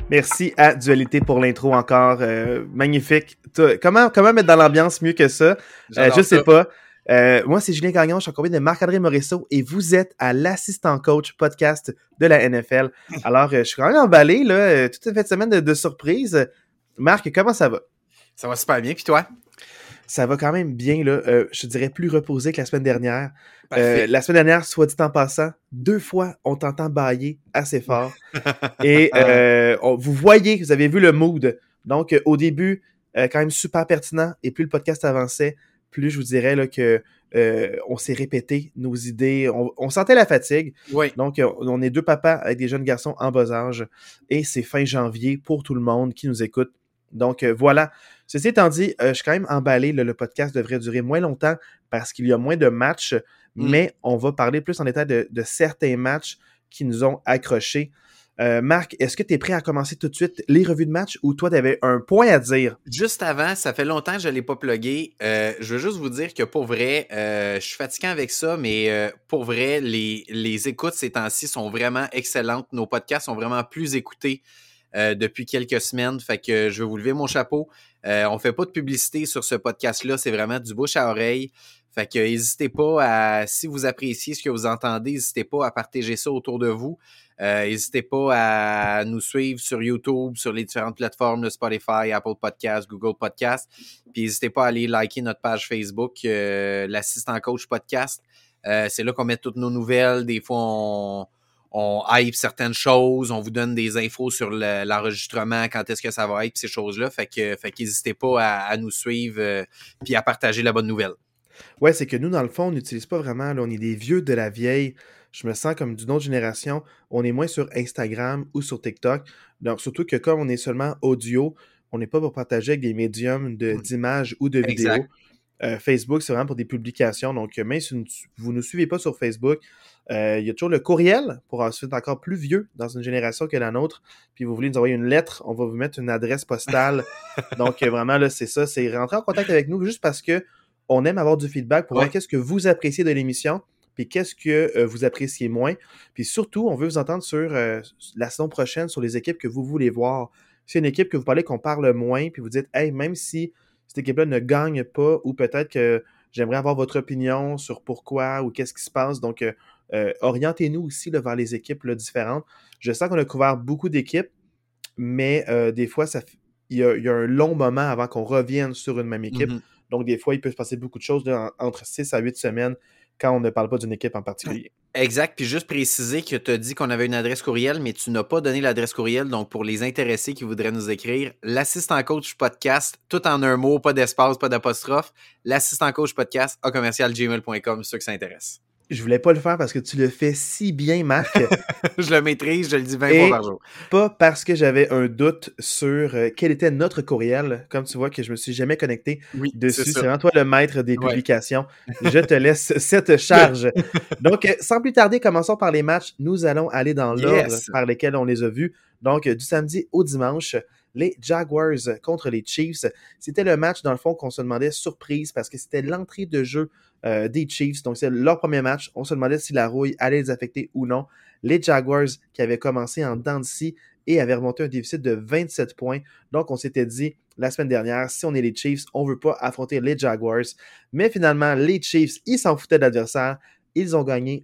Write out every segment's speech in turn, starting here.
Merci à Dualité pour l'intro encore. Magnifique. Comment mettre dans l'ambiance mieux que ça? Je sais pas. Moi, c'est Julien Gagnon, je suis accompagné de Marc-André Morisseau et vous êtes à l'assistant coach podcast de la NFL. Alors, je suis quand même emballé, là, toute une fin de semaine de surprise. Marc, comment ça va? Ça va super bien, puis toi? Ça va quand même bien, là. Je te dirais plus reposé que la semaine dernière. Parfait. La semaine dernière, soit dit en passant, 2 fois, on t'entend bâiller assez fort. Et vous voyez, vous avez vu le mood. Donc, au début, quand même super pertinent. Et plus le podcast avançait, plus je vous dirais là, que on s'est répété nos idées. On sentait la fatigue. Oui. Donc, on est deux papas avec des jeunes garçons en bas âge. Et c'est fin janvier pour tout le monde qui nous écoute. Donc, voilà. Ceci étant dit, je suis quand même emballé. Le podcast devrait durer moins longtemps parce qu'il y a moins de matchs. Mais on va parler plus en détail de certains matchs qui nous ont accrochés. Marc, est-ce que tu es prêt à commencer tout de suite les revues de match ou toi, tu avais un point à dire? Juste avant, ça fait longtemps que je ne l'ai pas plugué. Je veux juste vous dire que pour vrai, je suis fatiguant avec ça, mais pour vrai, les écoutes ces temps-ci sont vraiment excellentes. Nos podcasts sont vraiment plus écoutés depuis quelques semaines. Fait que je vais vous lever mon chapeau. On ne fait pas de publicité sur ce podcast-là. C'est vraiment du bouche à oreille. Fait que n'hésitez pas à, si vous appréciez ce que vous entendez, n'hésitez pas à partager ça autour de vous. N'hésitez pas à nous suivre sur YouTube, sur les différentes plateformes de Spotify, Apple Podcasts, Google Podcasts. Puis n'hésitez pas à aller liker notre page Facebook, l'Assistant Coach Podcast. C'est là qu'on met toutes nos nouvelles. Des fois, on hype certaines choses, on vous donne des infos sur l'enregistrement, quand est-ce que ça va être, ces choses-là. Fait que n'hésitez pas à nous suivre puis à partager la bonne nouvelle. Ouais, c'est que nous, dans le fond, on n'utilise pas vraiment, là, on est des vieux de la vieille. Je me sens comme d'une autre génération. On est moins sur Instagram ou sur TikTok. Donc, surtout que comme on est seulement audio, on n'est pas pour partager avec des médiums d'images ou de Exact. vidéos. Facebook, c'est vraiment pour des publications. Donc, même si vous ne nous suivez pas sur Facebook, il y a toujours le courriel pour ensuite encore plus vieux dans une génération que la nôtre. Puis vous voulez nous envoyer une lettre, on va vous mettre une adresse postale. Donc, vraiment, là, c'est ça. C'est rentrer en contact avec nous juste parce que on aime avoir du feedback pour voir qu'est-ce que vous appréciez de l'émission, puis qu'est-ce que vous appréciez moins. Puis surtout, on veut vous entendre sur la saison prochaine, sur les équipes que vous voulez voir. Si c'est une équipe que vous parlez qu'on parle moins, puis vous dites, hey, même si cette équipe-là ne gagne pas, ou peut-être que j'aimerais avoir votre opinion sur pourquoi ou qu'est-ce qui se passe. Donc, orientez-nous aussi là, vers les équipes là, différentes. Je sens qu'on a couvert beaucoup d'équipes, mais des fois, il y a un long moment avant qu'on revienne sur une même équipe. Mm-hmm. Donc, des fois, il peut se passer beaucoup de choses là, entre 6 à 8 semaines quand on ne parle pas d'une équipe en particulier. Exact. Puis juste préciser que tu as dit qu'on avait une adresse courriel, mais tu n'as pas donné l'adresse courriel. Donc, pour les intéressés qui voudraient nous écrire, l'assistant coach podcast, tout en un mot, pas d'espace, pas d'apostrophe, l'assistant coach podcast à commercial@gmail.com, ceux qui s'intéressent. Je voulais pas le faire parce que tu le fais si bien, Marc. Je le maîtrise, je le dis 20 fois par jour. Pas parce que j'avais un doute sur quel était notre courriel. Comme tu vois que je me suis jamais connecté dessus. C'est vraiment toi le maître des publications. Je te laisse cette charge. Donc, sans plus tarder, commençons par les matchs. Nous allons aller dans l'ordre par lesquels on les a vus. Donc, du samedi au dimanche, les Jaguars contre les Chiefs. C'était le match, dans le fond, qu'on se demandait surprise parce que c'était l'entrée de jeu des Chiefs. Donc, c'est leur premier match. On se demandait si la rouille allait les affecter ou non. Les Jaguars qui avaient commencé en dents de scie et avaient remonté un déficit de 27 points. Donc, on s'était dit la semaine dernière, si on est les Chiefs, on ne veut pas affronter les Jaguars. Mais finalement, les Chiefs, ils s'en foutaient de l'adversaire. Ils ont gagné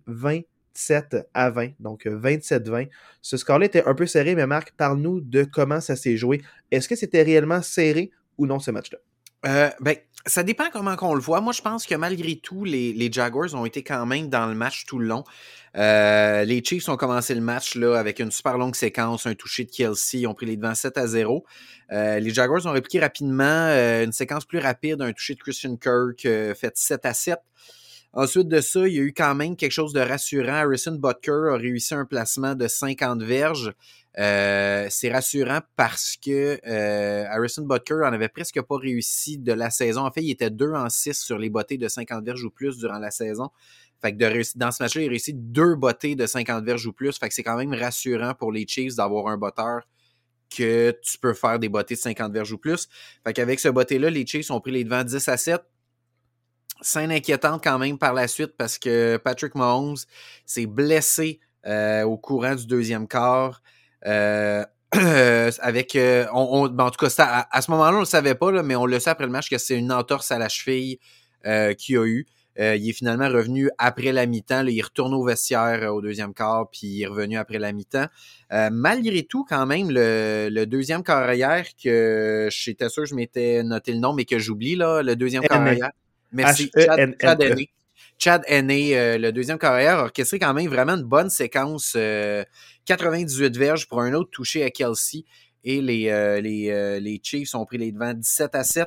27-20, donc 27-20. Ce score-là était un peu serré, mais Marc, parle-nous de comment ça s'est joué. Est-ce que c'était réellement serré ou non ce match-là? Ça dépend comment on le voit. Moi, je pense que malgré tout, les Jaguars ont été quand même dans le match tout le long. Les Chiefs ont commencé le match là, avec une super longue séquence, un toucher de Kelsey, ils ont pris les devants 7-0. Les Jaguars ont répliqué rapidement une séquence plus rapide, un toucher de Christian Kirk fait 7-7. Ensuite de ça, il y a eu quand même quelque chose de rassurant. Harrison Butker a réussi un placement de 50 verges. C'est rassurant parce que Harrison Butker en avait presque pas réussi de la saison. En fait, il était 2-6 sur les bottées de 50 verges ou plus durant la saison. Fait que dans ce match-là, il a réussi 2 bottées de 50 verges ou plus. Fait que c'est quand même rassurant pour les Chiefs d'avoir un botteur que tu peux faire des bottées de 50 verges ou plus. Fait qu'avec ce botté-là, les Chiefs ont pris les devants 10-7. Scène inquiétante quand même par la suite parce que Patrick Mahomes s'est blessé au courant du deuxième quart. avec en tout cas, à ce moment-là, on le savait pas, là, mais on le sait après le match que c'est une entorse à la cheville qu'il a eu. Il est finalement revenu après la mi-temps. Là, il est retourné au vestiaire au deuxième quart, puis il est revenu après la mi-temps. Malgré tout, quand même, le deuxième quart arrière, que j'étais sûr que je m'étais noté le nom, mais que j'oublie, là, le deuxième quart arrière. Merci, Chad Henne. Chad Henne, le deuxième quart arrière, a orchestré quand même vraiment une bonne séquence. 98 verges pour un autre touché à Kelsey. Et les Chiefs ont pris les devants 17-7.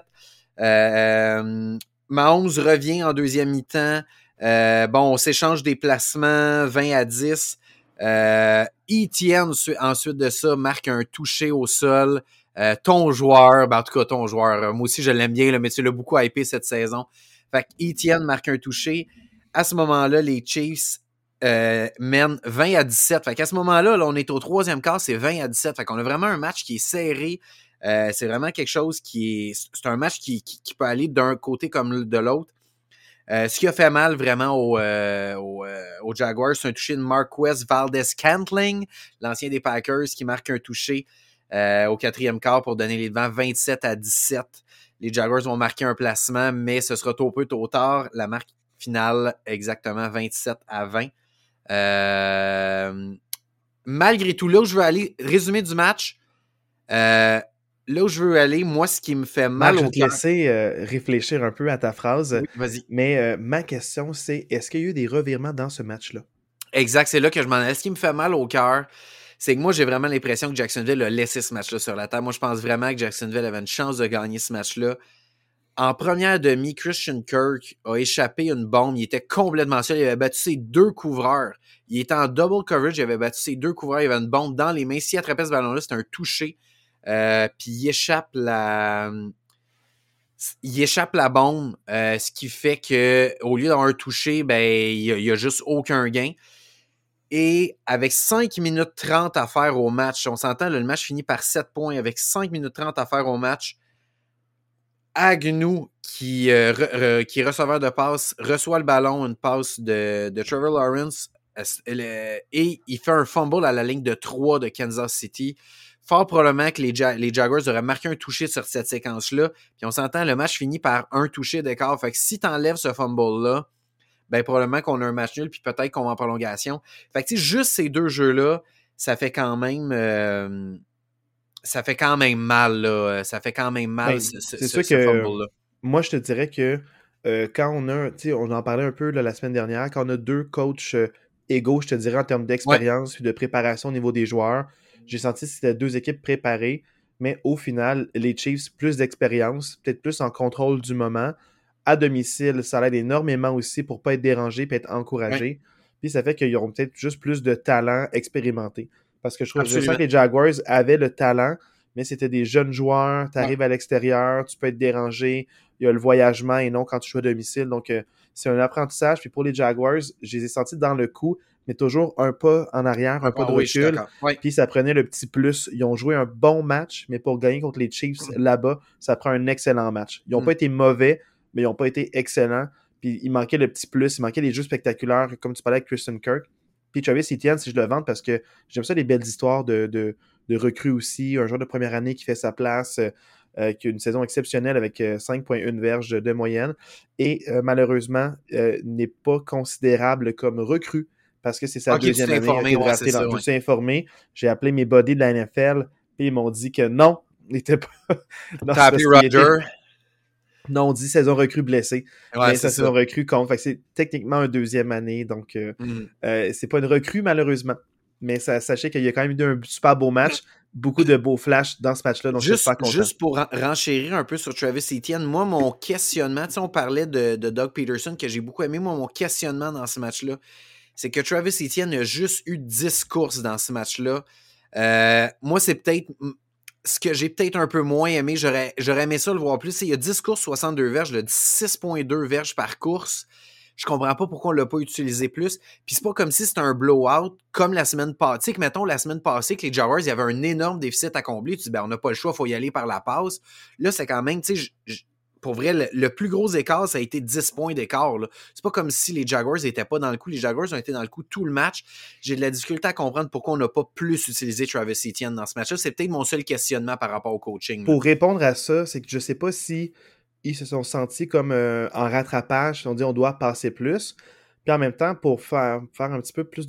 Mahomes revient en deuxième mi-temps. On s'échange des placements 20-10. Etienne, ensuite de ça, marque un touché au sol. Ton joueur, en tout cas ton joueur, moi aussi je l'aime bien, là, mais tu l'as beaucoup hypé cette saison. Fait que Etienne marque un touché. À ce moment-là, les Chiefs mènent 20-17. Fait qu'à ce moment-là, là, on est au troisième quart, c'est 20-17. Fait qu'on a vraiment un match qui est serré. C'est vraiment quelque chose c'est un match qui peut aller d'un côté comme de l'autre. Ce qui a fait mal vraiment aux Jaguars, c'est un touché de Marquez Valdez-Scantling, l'ancien des Packers, qui marque un touché au quatrième quart pour donner les devants 27-17. Les Jaguars vont marquer un placement, mais ce sera tôt peu, tôt tard. La marque finale, exactement 27-20. Malgré tout, là où je veux aller, résumé du match, là où je veux aller, moi, ce qui me fait mal au cœur... Je vais te laisser réfléchir un peu à ta phrase. Oui, vas-y. Mais ma question, c'est, est-ce qu'il y a eu des revirements dans ce match-là? Exact, c'est là que je m'en allais. Ce qui me fait mal au cœur, c'est que moi, j'ai vraiment l'impression que Jacksonville a laissé ce match-là sur la table. Moi, je pense vraiment que Jacksonville avait une chance de gagner ce match-là. En première demi, Christian Kirk a échappé une bombe. Il était complètement seul. Il avait battu ses deux couvreurs. Il était en double coverage. Il avait battu ses deux couvreurs. Il avait une bombe dans les mains. S'il attrapait ce ballon-là, c'était un touché. Puis il échappe la bombe, ce qui fait que au lieu d'avoir un touché, il y a juste aucun gain. Et avec 5 minutes 30 à faire au match, on s'entend, là, le match finit par 7 points. Avec 5 minutes 30 à faire au match, Agnew, qui est receveur de passe, reçoit le ballon, une passe de Trevor Lawrence, et il fait un fumble à la ligne de 3 de Kansas City. Fort probablement que les Jaguars auraient marqué un touché sur cette séquence-là. Puis on s'entend, le match finit par un touché d'écart. Fait que si t'enlèves ce fumble-là, probablement qu'on a un match nul, puis peut-être qu'on va en prolongation. Fait que juste ces deux jeux-là, ça fait quand même mal, là. Ça fait quand même mal, ce fumble-là. Moi, je te dirais que quand on a, on en parlait un peu là, la semaine dernière, quand on a deux coachs égaux, je te dirais, en termes d'expérience et de préparation au niveau des joueurs, j'ai senti que c'était deux équipes préparées, mais au final, les Chiefs, plus d'expérience, peut-être plus en contrôle du moment. À domicile, ça l'aide énormément aussi pour ne pas être dérangé et être encouragé. Puis ça fait qu'ils auront peut-être juste plus de talent expérimenté. Parce que je sens que les Jaguars avaient le talent, mais c'était des jeunes joueurs. Tu arrives à l'extérieur, tu peux être dérangé. Il y a le voyagement et non quand tu joues à domicile. Donc, c'est un apprentissage. Puis pour les Jaguars, je les ai sentis dans le coup, mais toujours un pas en arrière, un pas de recul. Puis ça prenait le petit plus. Ils ont joué un bon match, mais pour gagner contre les Chiefs là-bas, ça prend un excellent match. Ils n'ont pas été mauvais, mais ils n'ont pas été excellents. Puis il manquait le petit plus, il manquait les jeux spectaculaires, comme tu parlais avec Christian Kirk. Puis Travis Etienne, si je le vante, parce que j'aime ça, les belles histoires de recrues aussi. Un joueur de première année qui fait sa place, qui a une saison exceptionnelle avec 5,1 verges de moyenne. Et malheureusement, n'est pas considérable comme recrue parce que c'est sa deuxième année. Je me suis informé. J'ai appelé mes buddies de la NFL, puis ils m'ont dit que non, il n'était pas. T'as appelé Roger? Non, on dit saison recrue blessée. Mais sa saison recrue compte. Fait que c'est techniquement une deuxième année. Donc, c'est pas une recrue, malheureusement. Mais sachez qu'il y a quand même eu un super beau match. Beaucoup de beaux flashs dans ce match-là. Donc, je suis pas content. Juste pour renchérir un peu sur Travis Etienne, moi, mon questionnement, on parlait de Doug Peterson, que j'ai beaucoup aimé. Moi, mon questionnement dans ce match-là, c'est que Travis Etienne a juste eu 10 courses dans ce match-là. Moi, c'est peut-être ce que j'ai peut-être un peu moins aimé. J'aurais aimé ça le voir plus. Il y a 10 courses, 62 verges, 6,2 verges par course. Je comprends pas pourquoi on l'a pas utilisé plus. Puis c'est pas comme si c'était un blowout comme la semaine passée. Tu sais que, mettons, la semaine passée, que les Jaguars, il y avait un énorme déficit à combler. Tu dis, on n'a pas le choix, il faut y aller par la passe. Là, c'est quand même, tu sais, pour vrai, le plus gros écart, ça a été 10 points d'écart. Là. C'est pas comme si les Jaguars n'étaient pas dans le coup. Les Jaguars ont été dans le coup tout le match. J'ai de la difficulté à comprendre pourquoi on n'a pas plus utilisé Travis Etienne dans ce match-là. C'est peut-être mon seul questionnement par rapport au coaching. Pour répondre à ça, c'est que je sais pas si ils se sont sentis comme en rattrapage. Ils se sont dit on doit passer plus. Puis en même temps, pour faire un petit peu plus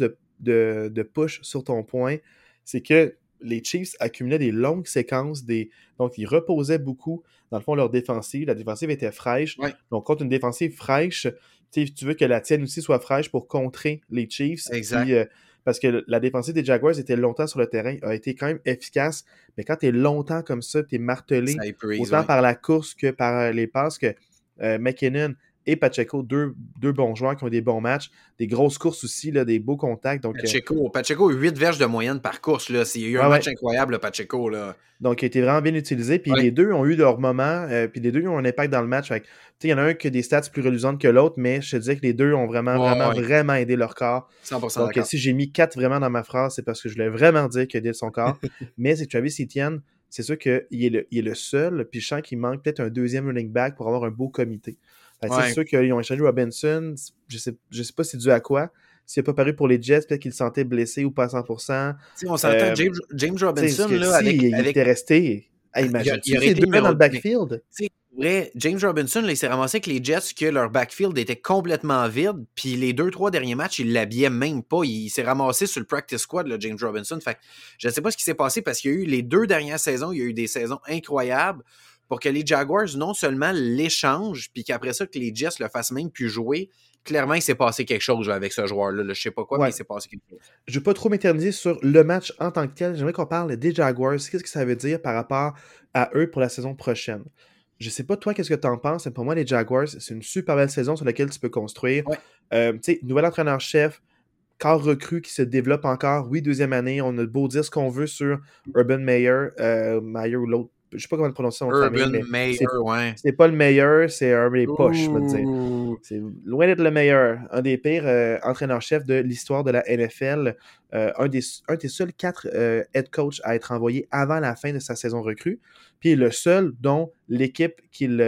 de push sur ton point, c'est que les Chiefs accumulaient des longues séquences, donc ils reposaient beaucoup, dans le fond, leur défensive. La défensive était fraîche. Ouais. Donc, contre une défensive fraîche, tu veux que la tienne aussi soit fraîche pour contrer les Chiefs. Exact. Puis, parce que la défensive des Jaguars était longtemps sur le terrain, a été quand même efficace. Mais quand tu es longtemps comme ça, tu es martelé autant par la course que par les passes, que McKinnon et Pacheco, deux bons joueurs qui ont des bons matchs, des grosses courses aussi, là, des beaux contacts. Donc, Pacheco, 8 verges de moyenne par course. Là. Il y a eu un match incroyable, là, Pacheco. Là. Donc, il a été vraiment bien utilisé. Puis les deux ont eu leur moment. Puis les deux ont un impact dans le match. Il y en a un qui a des stats plus reluisantes que l'autre, mais je te disais que les deux ont vraiment aidé leur corps. 100% Donc, si j'ai mis 4 vraiment dans ma phrase, c'est parce que je voulais vraiment dire qu'il a aidé son corps. Mais c'est que Travis Etienne, c'est sûr qu'il est le seul. Puis je sens qu'il manque peut-être un deuxième running back pour avoir un beau comité. C'est sûr qu'ils ont échangé Robinson. Je sais pas c'est dû à quoi. S'il n'a pas paru pour les Jets, peut-être qu'il se sentait blessé ou pas à 100%. On s'entend, James Robinson, là, il était resté. Imagine, il aurait été deux dans le backfield. Vrai, James Robinson, là, il s'est ramassé avec les Jets que leur backfield était complètement vide. Puis les 2-3 derniers matchs, il l'habillait même pas. Il s'est ramassé sur le practice squad, là, James Robinson. Fait que je ne sais pas ce qui s'est passé parce qu'il y a eu les 2 dernières saisons, il y a eu des saisons incroyables pour que les Jaguars non seulement l'échangent, puis qu'après ça, que les Jets le fassent même plus jouer. Clairement, il s'est passé quelque chose là, avec ce joueur-là. Je ne sais pas quoi, mais il s'est passé quelque chose. Je ne veux pas trop m'éterniser sur le match en tant que tel. J'aimerais qu'on parle des Jaguars. Qu'est-ce que ça veut dire par rapport à eux pour la saison prochaine? Je sais pas, toi, qu'est-ce que tu en penses? Pour moi, les Jaguars, c'est une super belle saison sur laquelle tu peux construire. Nouvel entraîneur-chef, corps recru qui se développe encore. Oui, deuxième année, on a beau dire ce qu'on veut sur Urban Meyer ou l'autre. Je sais pas comment le prononcer son famille, mais c'est pas le meilleur, c'est un des poches, je veux dire. C'est loin d'être le meilleur. Un des pires entraîneurs-chefs de l'histoire de la NFL. Un des seuls 4 head coach à être envoyé avant la fin de sa saison recrue. Puis le seul dont l'équipe qu'il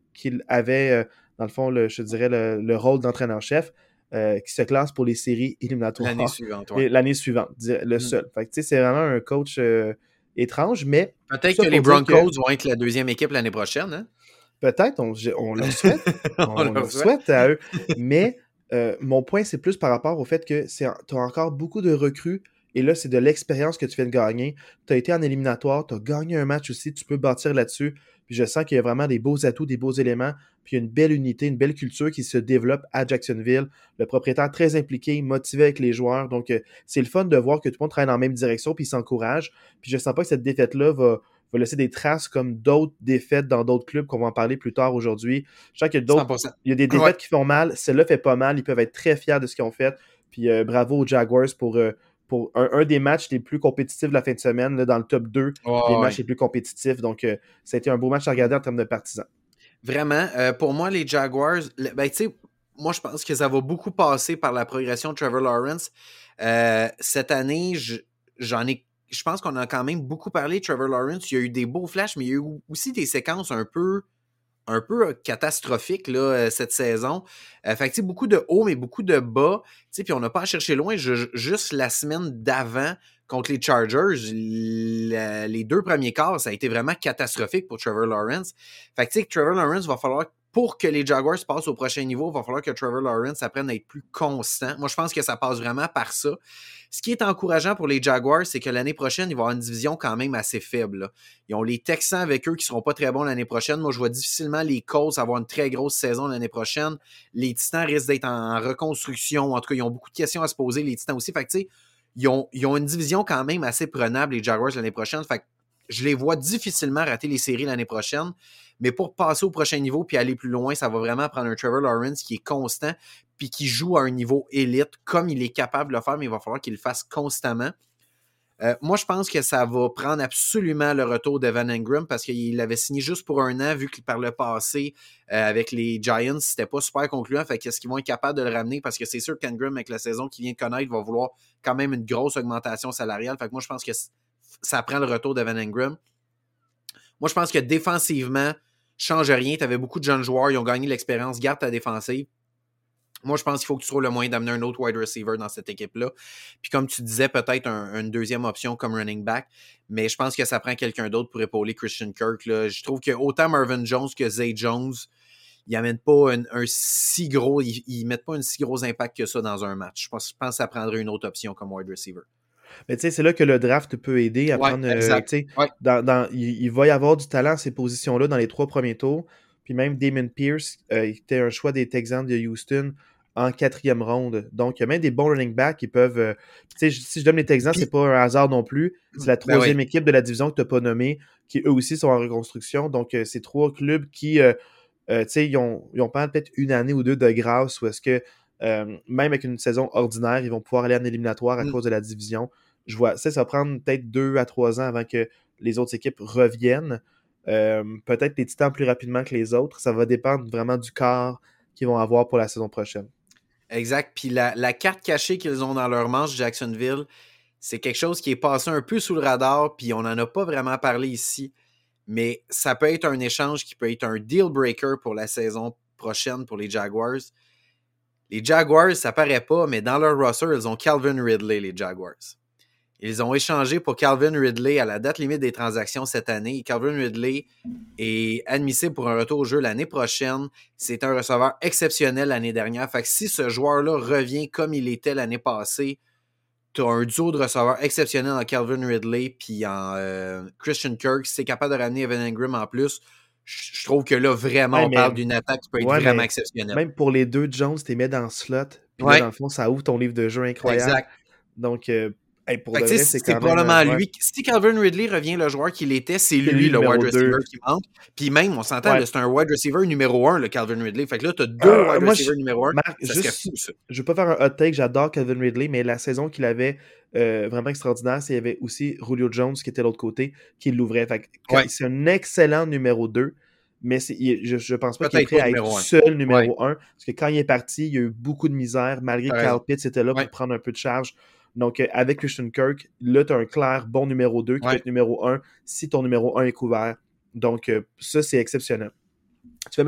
avait, dans le fond, je dirais, le rôle d'entraîneur-chef, qui se classe pour les séries éliminatoires. L'année suivante, le seul. Fait que, c'est vraiment un coach étrange, mais... Peut-être que les Broncos vont être la deuxième équipe l'année prochaine. Hein? Peut-être, on leur souhaite. on leur souhaite à eux. Mais mon point, c'est plus par rapport au fait que tu as encore beaucoup de recrues. Et là, c'est de l'expérience que tu viens de gagner. Tu as été en éliminatoire, tu as gagné un match aussi, tu peux bâtir là-dessus. Puis je sens qu'il y a vraiment des beaux atouts, des beaux éléments. Puis il y a une belle unité, une belle culture qui se développe à Jacksonville. Le propriétaire très impliqué, motivé avec les joueurs. Donc, c'est le fun de voir que tout le monde travaille dans la même direction puis s'encourage. Puis je sens pas que cette défaite-là va laisser des traces comme d'autres défaites dans d'autres clubs qu'on va en parler plus tard aujourd'hui. Je sens qu'il y a d'autres. 100%. Il y a des défaites qui font mal. Celle-là fait pas mal. Ils peuvent être très fiers de ce qu'ils ont fait. Puis bravo aux Jaguars pour un des matchs les plus compétitifs de la fin de semaine, là, dans le top 2 des matchs les plus compétitifs. Donc, ça a été un beau match à regarder en termes de partisans. Vraiment. Pour moi, les Jaguars, moi, je pense que ça va beaucoup passer par la progression de Trevor Lawrence. Cette année, je pense qu'on a quand même beaucoup parlé de Trevor Lawrence. Il y a eu des beaux flashs, mais il y a eu aussi des séquences un peu catastrophique là, cette saison. Fait que beaucoup de hauts, mais beaucoup de bas. Puis on n'a pas à chercher loin. Juste la semaine d'avant, contre les Chargers, les 2 premiers quarts, ça a été vraiment catastrophique pour Trevor Lawrence. Fait que Trevor Lawrence va falloir, pour que les Jaguars passent au prochain niveau, il va falloir que Trevor Lawrence apprenne à être plus constant. Moi, je pense que ça passe vraiment par ça. Ce qui est encourageant pour les Jaguars, c'est que l'année prochaine, ils vont avoir une division quand même assez faible. Là. Ils ont les Texans avec eux qui ne seront pas très bons l'année prochaine. Moi, je vois difficilement les Colts avoir une très grosse saison l'année prochaine. Les Titans risquent d'être en reconstruction. En tout cas, ils ont beaucoup de questions à se poser, les Titans aussi. Fait que, ils ont une division quand même assez prenable, les Jaguars, l'année prochaine. Fait que je les vois difficilement rater les séries l'année prochaine. Mais pour passer au prochain niveau puis aller plus loin, ça va vraiment prendre un Trevor Lawrence qui est constant puis qui joue à un niveau élite comme il est capable de le faire, mais il va falloir qu'il le fasse constamment. Moi, je pense que ça va prendre absolument le retour d'Evan Engram parce qu'il l'avait signé juste pour 1 an, vu que par le passé, avec les Giants, c'était pas super concluant. Fait qu'est-ce qu'ils vont être capables de le ramener? Parce que c'est sûr qu'Engram, avec la saison qu'il vient de connaître, va vouloir quand même une grosse augmentation salariale. Fait que moi, je pense que ça prend le retour d'Evan Engram. Moi, je pense que défensivement, change rien. Tu avais beaucoup de jeunes joueurs, ils ont gagné l'expérience, garde ta défensive. Moi, je pense qu'il faut que tu trouves le moyen d'amener un autre wide receiver dans cette équipe-là. Puis comme tu disais, peut-être une deuxième option comme running back, mais je pense que ça prend quelqu'un d'autre pour épauler Christian Kirk. Là. Je trouve que autant Marvin Jones que Zay Jones, ils n'amènent pas un si gros, ils mettent pas un si gros impact que ça dans un match. Je pense que ça prendrait une autre option comme wide receiver. Mais tu sais, c'est là que le draft peut aider à prendre. Il va y avoir du talent à ces positions-là dans les 3 premiers tours. Puis même Damon Pierce était un choix des Texans de Houston en 4e ronde. Donc, il y a même des bons running backs qui peuvent. Si je donne les Texans, c'est pas un hasard non plus. C'est la 3e équipe de la division que tu n'as pas nommée, qui eux aussi sont en reconstruction. Donc, c'est 3 clubs qui, ils ont pas peut-être une année ou 2 de grâce, ou est-ce que même avec une saison ordinaire, ils vont pouvoir aller en éliminatoire à cause de la division. Je vois, ça va prendre peut-être 2 à 3 ans avant que les autres équipes reviennent. Peut-être les Titans plus rapidement que les autres. Ça va dépendre vraiment du quart qu'ils vont avoir pour la saison prochaine. Exact. Puis la carte cachée qu'ils ont dans leur manche, Jacksonville, c'est quelque chose qui est passé un peu sous le radar, puis on n'en a pas vraiment parlé ici. Mais ça peut être un échange qui peut être un deal breaker pour la saison prochaine pour les Jaguars. Les Jaguars, ça paraît pas, mais dans leur roster, ils ont Calvin Ridley, les Jaguars. Ils ont échangé pour Calvin Ridley à la date limite des transactions cette année. Calvin Ridley est admissible pour un retour au jeu l'année prochaine. C'est un receveur exceptionnel l'année dernière. Fait que si ce joueur-là revient comme il était l'année passée, tu as un duo de receveurs exceptionnel en Calvin Ridley puis en Christian Kirk. Si c'est capable de ramener Evan Engram en plus, je trouve que là, vraiment, on parle d'une attaque qui peut être vraiment exceptionnelle. Même pour les 2 Jones, tu les mets dans le slot. Puis là, dans le fond, ça ouvre ton livre de jeu incroyable. Exact. Donc, pour de vrai, c'est quand même... probablement lui. Si Calvin Ridley revient le joueur qu'il était, c'est lui le wide receiver qui manque. Puis même, on s'entend, c'est un wide receiver numéro 1, le Calvin Ridley. Fait que là, tu as 2 wide receivers numéro 1. Marc, ça serait fou, ça. Je veux pas faire un hot take, j'adore Calvin Ridley, mais la saison qu'il avait vraiment extraordinaire, c'est qu'il y avait aussi Julio Jones qui était de l'autre côté, qui l'ouvrait. Fait que c'est un excellent numéro 2. Mais je pense pas qu'il est prêt à être seul numéro 1. Parce que quand il est parti, il y a eu beaucoup de misère, malgré que Kyle Pitts était là pour prendre un peu de charge. Donc, avec Christian Kirk, là, tu as un clair bon numéro 2 qui peut être numéro 1 si ton numéro 1 est couvert. Donc, ça, c'est exceptionnel. Tu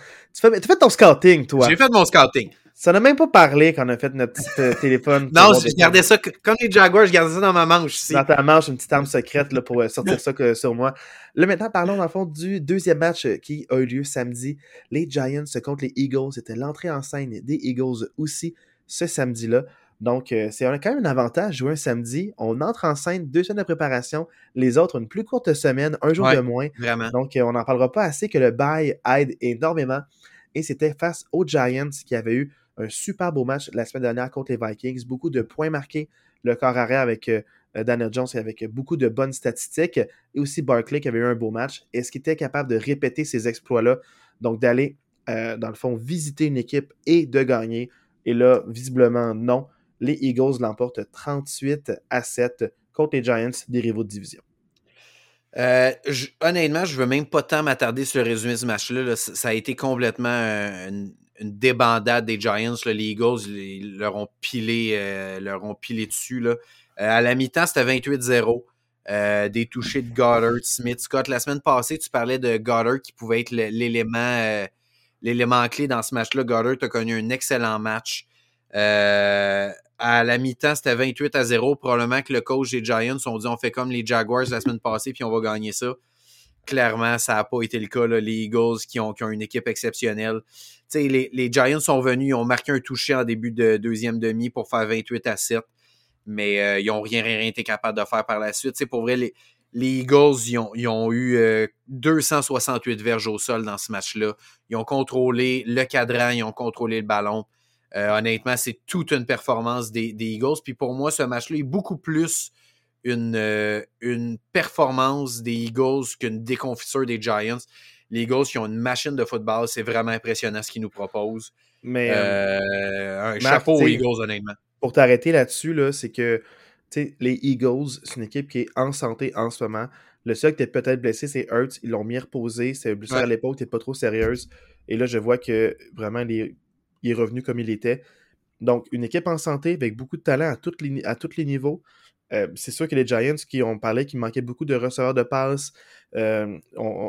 as fait ton scouting, toi. J'ai fait mon scouting. Ça n'a même pas parlé quand on a fait notre petit téléphone. Non, je gardais ça, comme les Jaguars, je gardais ça dans ma manche. Ici. Dans ta manche, une petite arme secrète là, pour sortir ça sur moi. Là, maintenant, parlons dans le fond du 2e match qui a eu lieu samedi. Les Giants contre les Eagles. C'était l'entrée en scène des Eagles aussi ce samedi-là. Donc, c'est quand même un avantage jouer un samedi. On entre en scène 2 semaines de préparation. Les autres ont une plus courte semaine, un jour de moins. Vraiment. Donc, on n'en parlera pas assez que le bye aide énormément. Et c'était face aux Giants qui avaient eu un super beau match la semaine dernière contre les Vikings. Beaucoup de points marqués. Le corps arrière avec Daniel Jones et avec beaucoup de bonnes statistiques. Et aussi Barkley qui avait eu un beau match. Est-ce qu'il était capable de répéter ces exploits-là? Donc, d'aller, dans le fond, visiter une équipe et de gagner. Et là, visiblement, non. Les Eagles l'emportent 38-7 contre les Giants, des rivaux de division. Honnêtement, je ne veux même pas tant m'attarder sur le résumé de ce match-là. Là. Ça a été complètement une débandade des Giants. Là. Les Eagles ils leur ont pilé dessus. Là. À la mi-temps, c'était 28-0. Des touchés de Goddard, Smith, Scott. La semaine passée, tu parlais de Goddard qui pouvait être l'élément clé dans ce match-là. Goddard a connu un excellent match. À la mi-temps, c'était 28-0. Probablement que le coach des Giants ont dit on fait comme les Jaguars la semaine passée puis on va gagner ça. Clairement, ça n'a pas été le cas. Là. Les Eagles qui ont une équipe exceptionnelle. Les Giants sont venus, ils ont marqué un touché en début de deuxième demi pour faire 28-7. Mais ils n'ont rien été capables de faire par la suite. Pour vrai, les Eagles, ils ont eu 268 verges au sol dans ce match-là. Ils ont contrôlé le cadran, ils ont contrôlé le ballon. Honnêtement, c'est toute une performance des Eagles. Puis pour moi, ce match-là est beaucoup plus une performance des Eagles qu'une déconfiture des Giants. Les Eagles, qui ont une machine de football, c'est vraiment impressionnant ce qu'ils nous proposent. Mais un chapeau aux Eagles, honnêtement. Pour t'arrêter là-dessus, là, c'est que les Eagles, c'est une équipe qui est en santé en ce moment. Le seul qui était peut-être blessé, c'est Hurts. Ils l'ont mis reposé. C'est une blessure à l'épaule qui n'était pas trop sérieuse. Et là, je vois que vraiment, il est revenu comme il était. Donc, une équipe en santé avec beaucoup de talent à tous les niveaux. c'est sûr que les Giants qui ont parlé qu'il manquait beaucoup de receveurs de passes, ils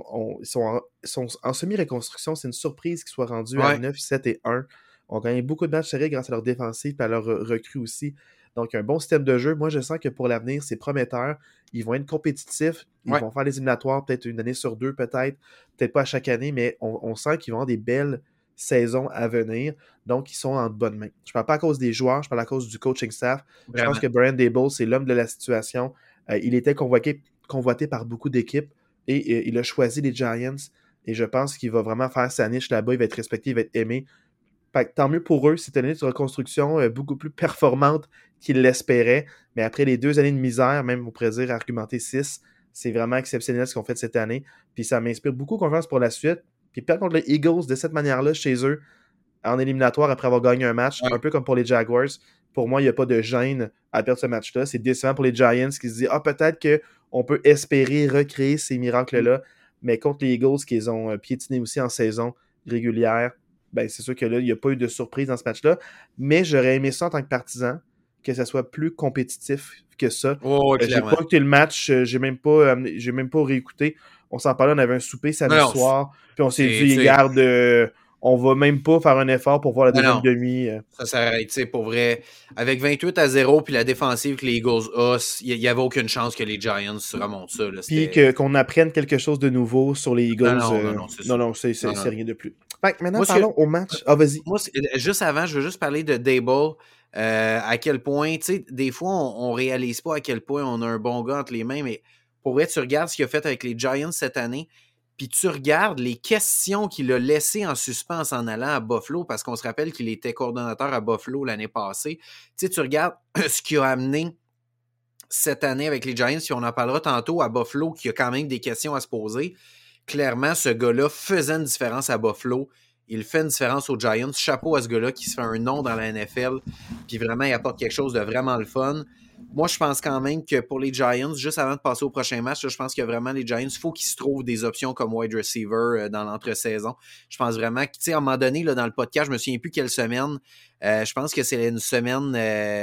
sont en semi-reconstruction. C'est une surprise qu'ils soient rendus à 9, 7 et 1. On a gagné beaucoup de matchs serrés grâce à leur défensive et à leur recrue aussi. Donc, un bon système de jeu. Moi, je sens que pour l'avenir, c'est prometteur. Ils vont être compétitifs. Ils vont faire les éliminatoires peut-être une année sur deux, peut-être pas à chaque année, mais on sent qu'ils vont avoir des belles saisons à venir. Donc, ils sont en bonne main. Je ne parle pas à cause des joueurs, je parle à cause du coaching staff. Vraiment. Je pense que Brian Daboll, c'est l'homme de la situation. Il était convoité par beaucoup d'équipes et il a choisi les Giants. Et je pense qu'il va vraiment faire sa niche là-bas. Il va être respecté, il va être aimé. Tant mieux pour eux, c'est une année de reconstruction beaucoup plus performante qu'ils l'espéraient. Mais après les 2 années de misère, même on pourrait dire argumenter 6, c'est vraiment exceptionnel ce qu'on fait cette année. Puis ça m'inspire beaucoup confiance pour la suite. Puis perdre contre les Eagles de cette manière-là chez eux, en éliminatoire après avoir gagné un match, un peu comme pour les Jaguars, pour moi, il n'y a pas de gêne à perdre ce match-là. C'est décevant pour les Giants qui se disent « Ah, peut-être qu'on peut espérer recréer ces miracles-là. » Mais contre les Eagles qui les ont piétinés aussi en saison régulière, ben c'est sûr que là, il n'y a pas eu de surprise dans ce match-là. Mais j'aurais aimé ça en tant que partisan, que ça soit plus compétitif que ça. J'ai pas écouté le match, j'ai même pas réécouté. On s'en parlait, on avait un souper samedi soir, puis on s'est dit, regarde, on va même pas faire un effort pour voir la deuxième demi. Ça s'arrête, tu sais, pour vrai. Avec 28-0 puis la défensive que les Eagles ont, il n'y avait aucune chance que les Giants remontent ça. Puis qu'on apprenne quelque chose de nouveau sur les Eagles. Non, c'est rien de plus. Fait que maintenant, parlons au match. Ah, vas-y. Moi, juste avant, je veux juste parler de Daboll. À quel point, tu sais, des fois, on réalise pas à quel point on a un bon gars entre les mains, mais pour vrai, tu regardes ce qu'il a fait avec les Giants cette année, puis tu regardes les questions qu'il a laissées en suspens en allant à Buffalo, parce qu'on se rappelle qu'il était coordonnateur à Buffalo l'année passée. Tu sais, tu regardes ce qu'il a amené cette année avec les Giants, puis on en parlera tantôt à Buffalo, qui a quand même des questions à se poser. Clairement, ce gars-là faisait une différence à Buffalo. Il fait une différence aux Giants. Chapeau à ce gars-là qui se fait un nom dans la NFL, puis vraiment, il apporte quelque chose de vraiment le fun. Moi, je pense quand même que pour les Giants, juste avant de passer au prochain match, là, je pense que vraiment les Giants, il faut qu'ils se trouvent des options comme wide receiver dans l'entre-saison. Je pense vraiment que, tu sais, à un moment donné, là, dans le podcast, je me souviens plus quelle semaine. Je pense que c'est une semaine.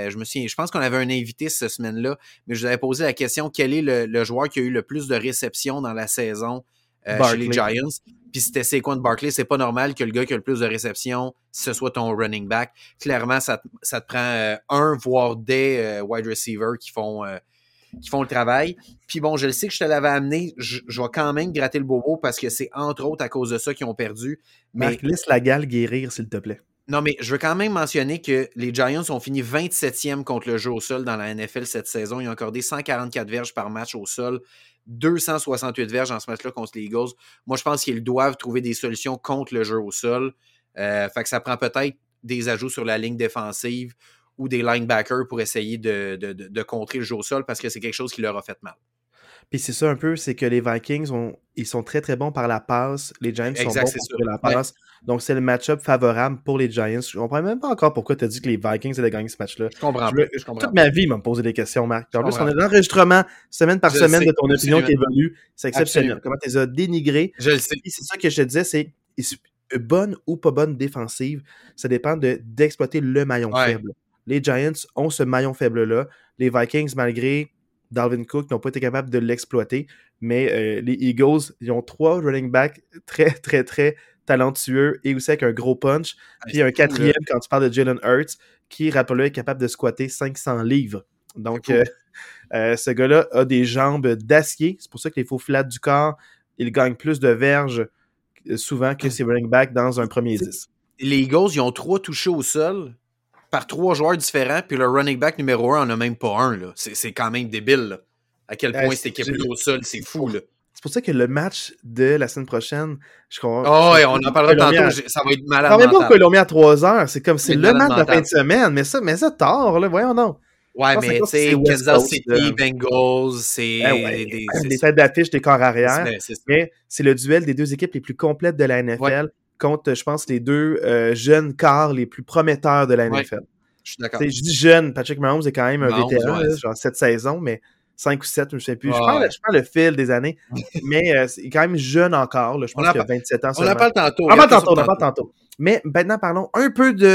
Je pense qu'on avait un invité cette semaine-là, mais je vous avais posé la question, quel est le joueur qui a eu le plus de réceptions dans la saison chez les Giants? Puis c'était Saquon Barkley, c'est pas normal que le gars qui a le plus de réceptions, ce soit ton running back. Clairement, ça te prend un, voire des wide receivers qui font le travail. Puis bon, je le sais que je te l'avais amené, je vais quand même gratter le bobo parce que c'est entre autres à cause de ça qu'ils ont perdu. Mais Marc, laisse la gale guérir, s'il te plaît. Non, mais je veux quand même mentionner que les Giants ont fini 27e contre le jeu au sol dans la NFL cette saison. Ils ont accordé 144 verges par match au sol. 268 verges dans ce match-là contre les Eagles. Moi, je pense qu'ils doivent trouver des solutions contre le jeu au sol. Fait que ça prend peut-être des ajouts sur la ligne défensive ou des linebackers pour essayer de contrer le jeu au sol parce que c'est quelque chose qui leur a fait mal. Puis c'est ça un peu, c'est que les Vikings, ils sont très très bons par la passe. Les Giants sont bons pour la passe. Ouais. Donc c'est le match-up favorable pour les Giants. Je comprends même pas encore pourquoi tu as dit que les Vikings allaient gagner ce match-là. Je comprends. Toute ma vie, ils m'ont posé des questions, Marc. En plus, on a l'enregistrement semaine par semaine de ton opinion qui évolue. C'est exceptionnel. Comment tu les as dénigrés. Je le sais. Et c'est ça que je te disais, c'est bonne ou pas bonne défensive, ça dépend d'exploiter le maillon faible. Les Giants ont ce maillon faible-là. Les Vikings, malgré Dalvin Cook, n'ont pas été capables de l'exploiter, mais les Eagles, ils ont 3 running backs très, très, très talentueux et aussi avec un gros punch. Puis un 4e, quand tu parles de Jalen Hurts, qui, rappelle-le, est capable de squatter 500 livres. Donc, ce gars-là a des jambes d'acier. C'est pour ça que les faux flats du corps, il gagne plus de verges souvent que ses running backs dans un premier 10. Les Eagles, ils ont 3 touchés au sol par 3 joueurs différents, puis le running back numéro 1 en a même pas un. Là. C'est quand même débile. Là. À quel point cette équipe est au sol, c'est fou. Là. C'est pour ça que le match de la semaine prochaine, je crois. Oh, ouais, on en parlera tantôt. Ça va être malade. Non, même pas qu'ils l'ont mis à 3h. C'est comme c'est le match de la fin de semaine. Mais ça tard, là. Voyons non. Ouais, mais tu sais, Kansas City, Bengals, c'est les têtes d'affiche des corps arrière. Mais c'est le duel des 2 équipes les plus complètes de la NFL contre, je pense, les 2 jeunes corps les plus prometteurs de la NFL. Je suis d'accord. Je dis jeune, Patrick Mahomes est quand même un vétéran, genre 7 saisons, mais 5 ou 7, je ne sais plus. Je prends le fil des années, mais il est quand même jeune encore. Là. Je pense qu'il a 27 ans. On en parle tantôt. On en parle tantôt. Mais maintenant, parlons un peu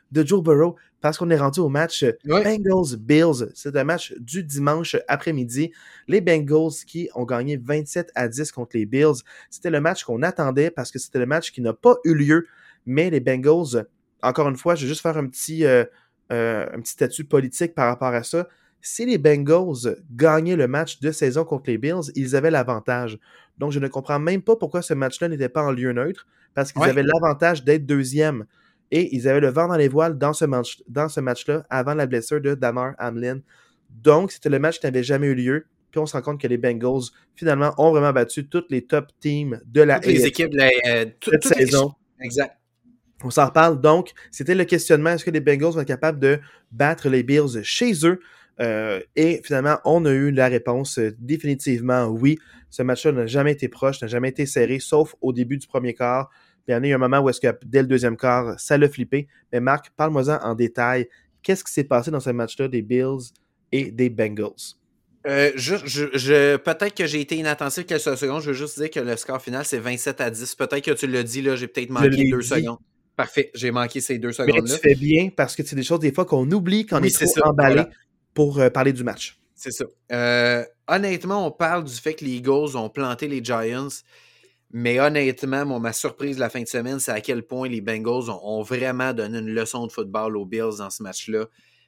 de Joe Burrow parce qu'on est rendu au match Bengals-Bills. C'est un match du dimanche après-midi. Les Bengals qui ont gagné 27-10 contre les Bills. C'était le match qu'on attendait parce que c'était le match qui n'a pas eu lieu. Mais les Bengals, encore une fois, je vais juste faire un petit statut politique par rapport à ça. Si les Bengals gagnaient le match de saison contre les Bills, ils avaient l'avantage. Donc, je ne comprends même pas pourquoi ce match-là n'était pas en lieu neutre, parce qu'ils avaient l'avantage d'être deuxième. Et ils avaient le vent dans les voiles dans ce match-là, avant la blessure de Damar Hamlin. Donc, c'était le match qui n'avait jamais eu lieu. Puis on se rend compte que les Bengals, finalement, ont vraiment battu toutes les top teams de la toutes les équipes de cette saison. Exact. On s'en reparle. Donc, c'était le questionnement. Est-ce que les Bengals vont être capables de battre les Bills chez eux? Et finalement, on a eu la réponse définitivement oui. Ce match-là n'a jamais été proche, n'a jamais été serré, sauf au début du premier quart. Puis il y en a eu un moment où est-ce que dès le deuxième quart, ça l'a flippé. Mais Marc, parle-moi-en en détail. Qu'est-ce qui s'est passé dans ce match-là des Bills et des Bengals? Peut-être que j'ai été inattentif quelques secondes. Je veux juste dire que le score final, c'est 27-10. Peut-être que tu l'as dit, là, j'ai peut-être manqué 2 secondes. Parfait, j'ai manqué ces 2 secondes-là. Mais tu fais bien parce que c'est des choses des fois qu'on oublie quand on est trop emballé pour parler du match. C'est ça. Honnêtement, on parle du fait que les Eagles ont planté les Giants, mais honnêtement, ma surprise de la fin de semaine, c'est à quel point les Bengals ont vraiment donné une leçon de football aux Bills dans ce match-là.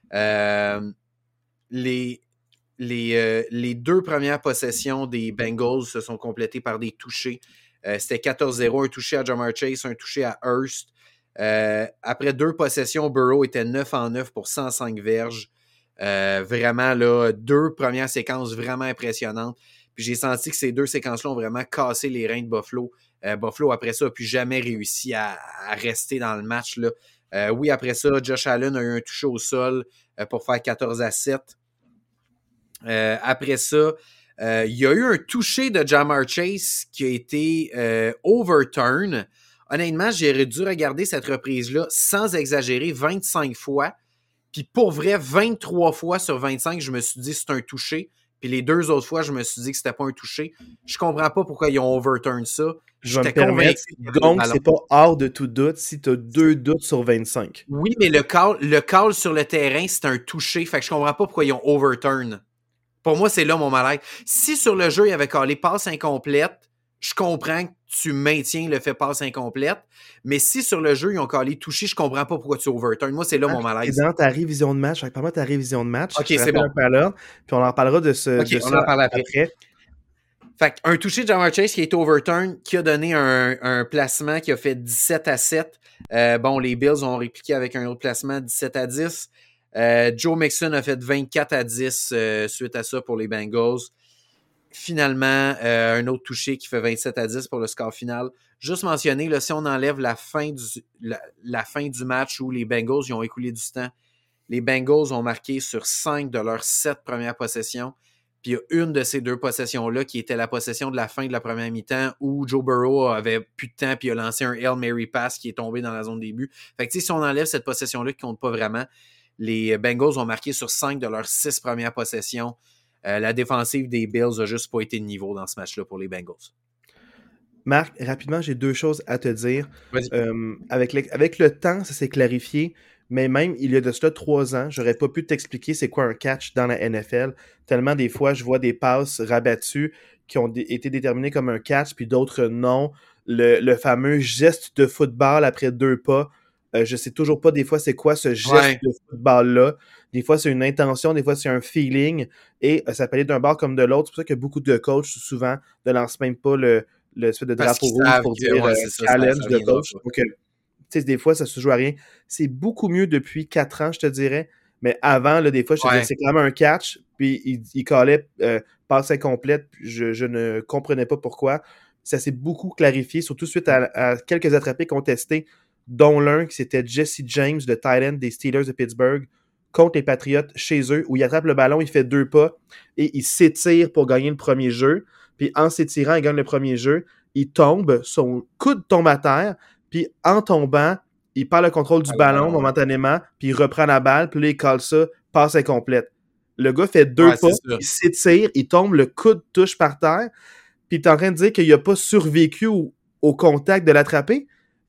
Les 2 premières possessions des Bengals se sont complétées par des touchés. C'était 14-0, un touché à Ja'Marr Chase, un touché à Hurst. Après 2 possessions, Burrow était 9-en-9 pour 105 verges. Vraiment, là, 2 premières séquences vraiment impressionnantes. Puis j'ai senti que ces 2 séquences-là ont vraiment cassé les reins de Buffalo. Buffalo, après ça, n'a plus jamais réussi à rester dans le match, là. Oui, après ça, Josh Allen a eu un touché au sol pour faire 14-7. Après ça, il y a eu un touché de Ja'Marr Chase qui a été overturn. Honnêtement, j'ai dû regarder cette reprise-là sans exagérer 25 fois. Puis pour vrai, 23 fois sur 25, je me suis dit c'est un touché. Puis les 2 autres fois, je me suis dit que c'était pas un touché. Je comprends pas pourquoi ils ont overturn ça. J'étais convaincu. Donc, c'est pas hors de tout doute si tu as 2 doutes sur 25. Oui, mais le call sur le terrain, c'est un touché. Fait que je comprends pas pourquoi ils ont overturn. Pour moi, c'est là mon malaise. Si sur le jeu, il y avait callé passe incomplète, je comprends que tu maintiens le fait passe incomplète. Mais si sur le jeu, ils ont callé touché, je comprends pas pourquoi tu overturn. Moi, c'est là mon malaise. C'est dans ta révision de match. Parle-moi de ta révision de match. OK, c'est bon. Puis on en parlera de ça. OK, on en parle après. Fait un touché de Ja'Marr Chase qui a été overturn, qui a donné un placement qui a fait 17-7. Les Bills ont répliqué avec un autre placement, 17-10. Joe Mixon a fait 24-10 suite à ça pour les Bengals. Finalement, un autre touché qui fait 27-10 pour le score final. Juste mentionner, là, si on enlève la fin du match où les Bengals ils ont écoulé du temps, les Bengals ont marqué sur 5 de leurs 7 premières possessions. Puis il y a une de ces 2 possessions-là qui était la possession de la fin de la première mi-temps où Joe Burrow avait plus de temps puis il a lancé un Hail Mary pass qui est tombé dans la zone début. Fait que si on enlève cette possession-là qui compte pas vraiment, les Bengals ont marqué sur 5 de leurs 6 premières possessions. La défensive des Bills n'a juste pas été de niveau dans ce match-là pour les Bengals. Marc, rapidement, j'ai 2 choses à te dire. Avec le temps, ça s'est clarifié, mais même il y a de cela 3 ans, j'aurais pas pu t'expliquer c'est quoi un catch dans la NFL. Tellement des fois, je vois des passes rabattues qui ont été déterminées comme un catch, puis d'autres non. Le fameux geste de football après 2 pas. Je sais toujours pas des fois c'est quoi ce geste de football-là. Des fois, c'est une intention, des fois, c'est un feeling. Et ça peut aller d'un bord comme de l'autre. C'est pour ça que beaucoup de coachs, souvent, ne lancent même pas le espèce de drapeau rouge pour dire challenge de coach. Donc, des fois, ça se joue à rien. C'est beaucoup mieux depuis 4 ans, je te dirais. Mais avant, là, des fois, je te disais, c'est quand même un catch. Puis, il callait passe incomplète. Je ne comprenais pas pourquoi. Ça s'est beaucoup clarifié, surtout suite à quelques attrapés contestés, dont l'un qui c'était Jesse James, le tight end des Steelers de Pittsburgh, contre les Patriots chez eux, où il attrape le ballon, il fait 2 pas, et il s'étire pour gagner le premier jeu. Puis en s'étirant, il gagne le premier jeu. Il tombe, son coude tombe à terre, puis en tombant, il perd le contrôle du ballon momentanément, puis il reprend la balle, puis là, il colle ça, passe incomplète. Le gars fait 2 pas, il s'étire, il tombe, le coude touche par terre, puis il est en train de dire qu'il n'a pas survécu au contact de l'attraper.